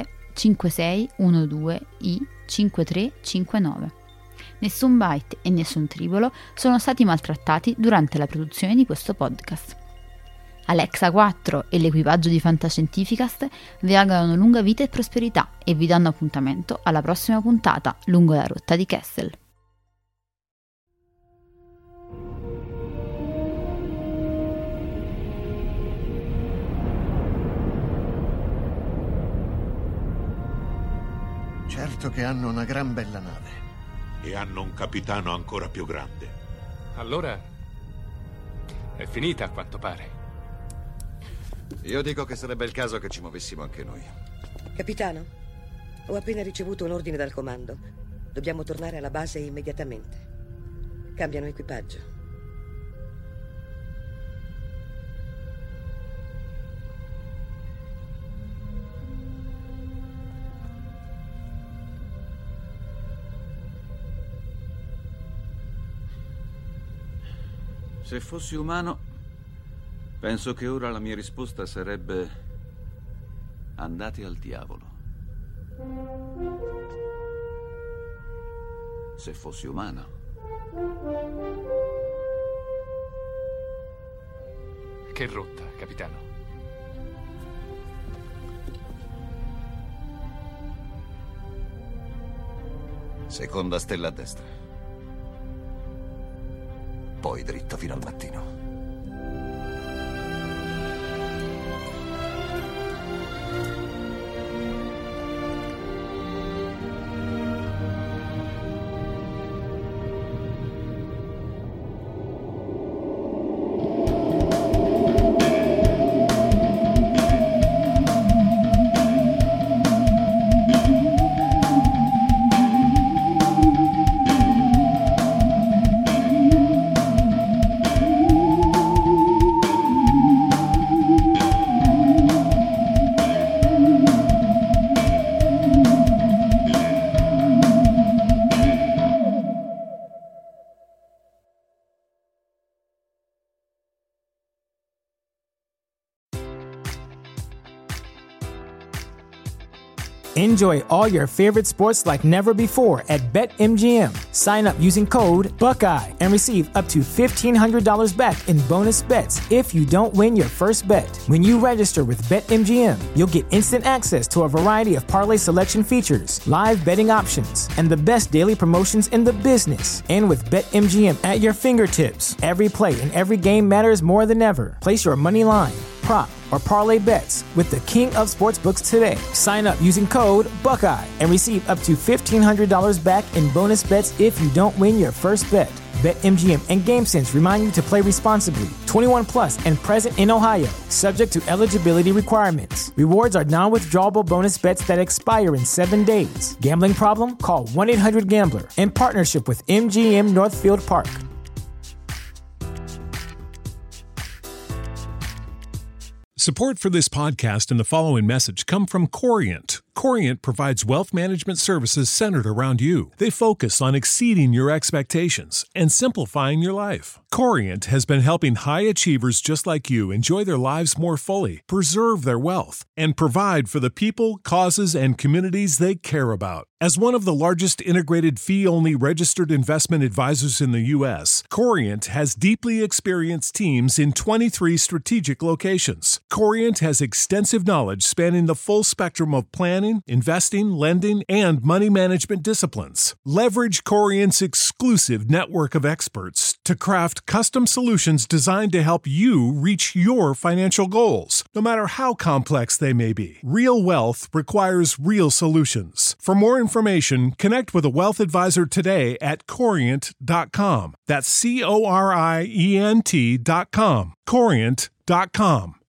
5612I5359. Nessun byte e nessun tribolo sono stati maltrattati durante la produzione di questo podcast. Alexa 4 e l'equipaggio di Fantascientificast vi augurano lunga vita e prosperità e vi danno appuntamento alla prossima puntata lungo la rotta di Kessel. Certo che hanno una gran bella nave. E hanno un capitano ancora più grande. Allora è finita a quanto pare. Io dico che sarebbe il caso che ci muovessimo anche noi. Capitano, ho appena ricevuto un ordine dal comando. Dobbiamo tornare alla base immediatamente. Cambiano equipaggio. Se fossi umano, penso che ora la mia risposta sarebbe: andate al diavolo. Se fossi umano. Che rotta, capitano? Seconda stella a destra. Poi dritto fino al mattino. Enjoy all your favorite sports like never before at BetMGM. Sign up using code Buckeye and receive up to $1,500 back in bonus bets if you don't win your first bet. When you register with BetMGM, you'll get instant access to a variety of parlay selection features, live betting options, and the best daily promotions in the business. And with BetMGM at your fingertips, every play and every game matters more than ever. Place your money line, prop, or parlay bets with the king of sportsbooks today. Sign up using code Buckeye and receive up to $1,500 back in bonus bets if you don't win your first bet. BetMGM and GameSense remind you to play responsibly. 21 plus and present in Ohio, subject to eligibility requirements. Rewards are non-withdrawable bonus bets that expire in 7 days. Gambling problem? Call 1-800-GAMBLER. In partnership with MGM Northfield Park. Support for this podcast and the following message come from Corient. Corient provides wealth management services centered around you. They focus on exceeding your expectations and simplifying your life. Corient has been helping high achievers just like you enjoy their lives more fully, preserve their wealth, and provide for the people, causes, and communities they care about. As one of the largest integrated fee-only registered investment advisors in the U.S., Corient has deeply experienced teams in 23 strategic locations. Corient has extensive knowledge spanning the full spectrum of planning, investing, lending, and money management disciplines. Leverage Corient's exclusive network of experts to craft custom solutions designed to help you reach your financial goals, no matter how complex they may be. Real wealth requires real solutions. For more information, connect with a wealth advisor today at Corient.com. That's Corient.com. Corient.com.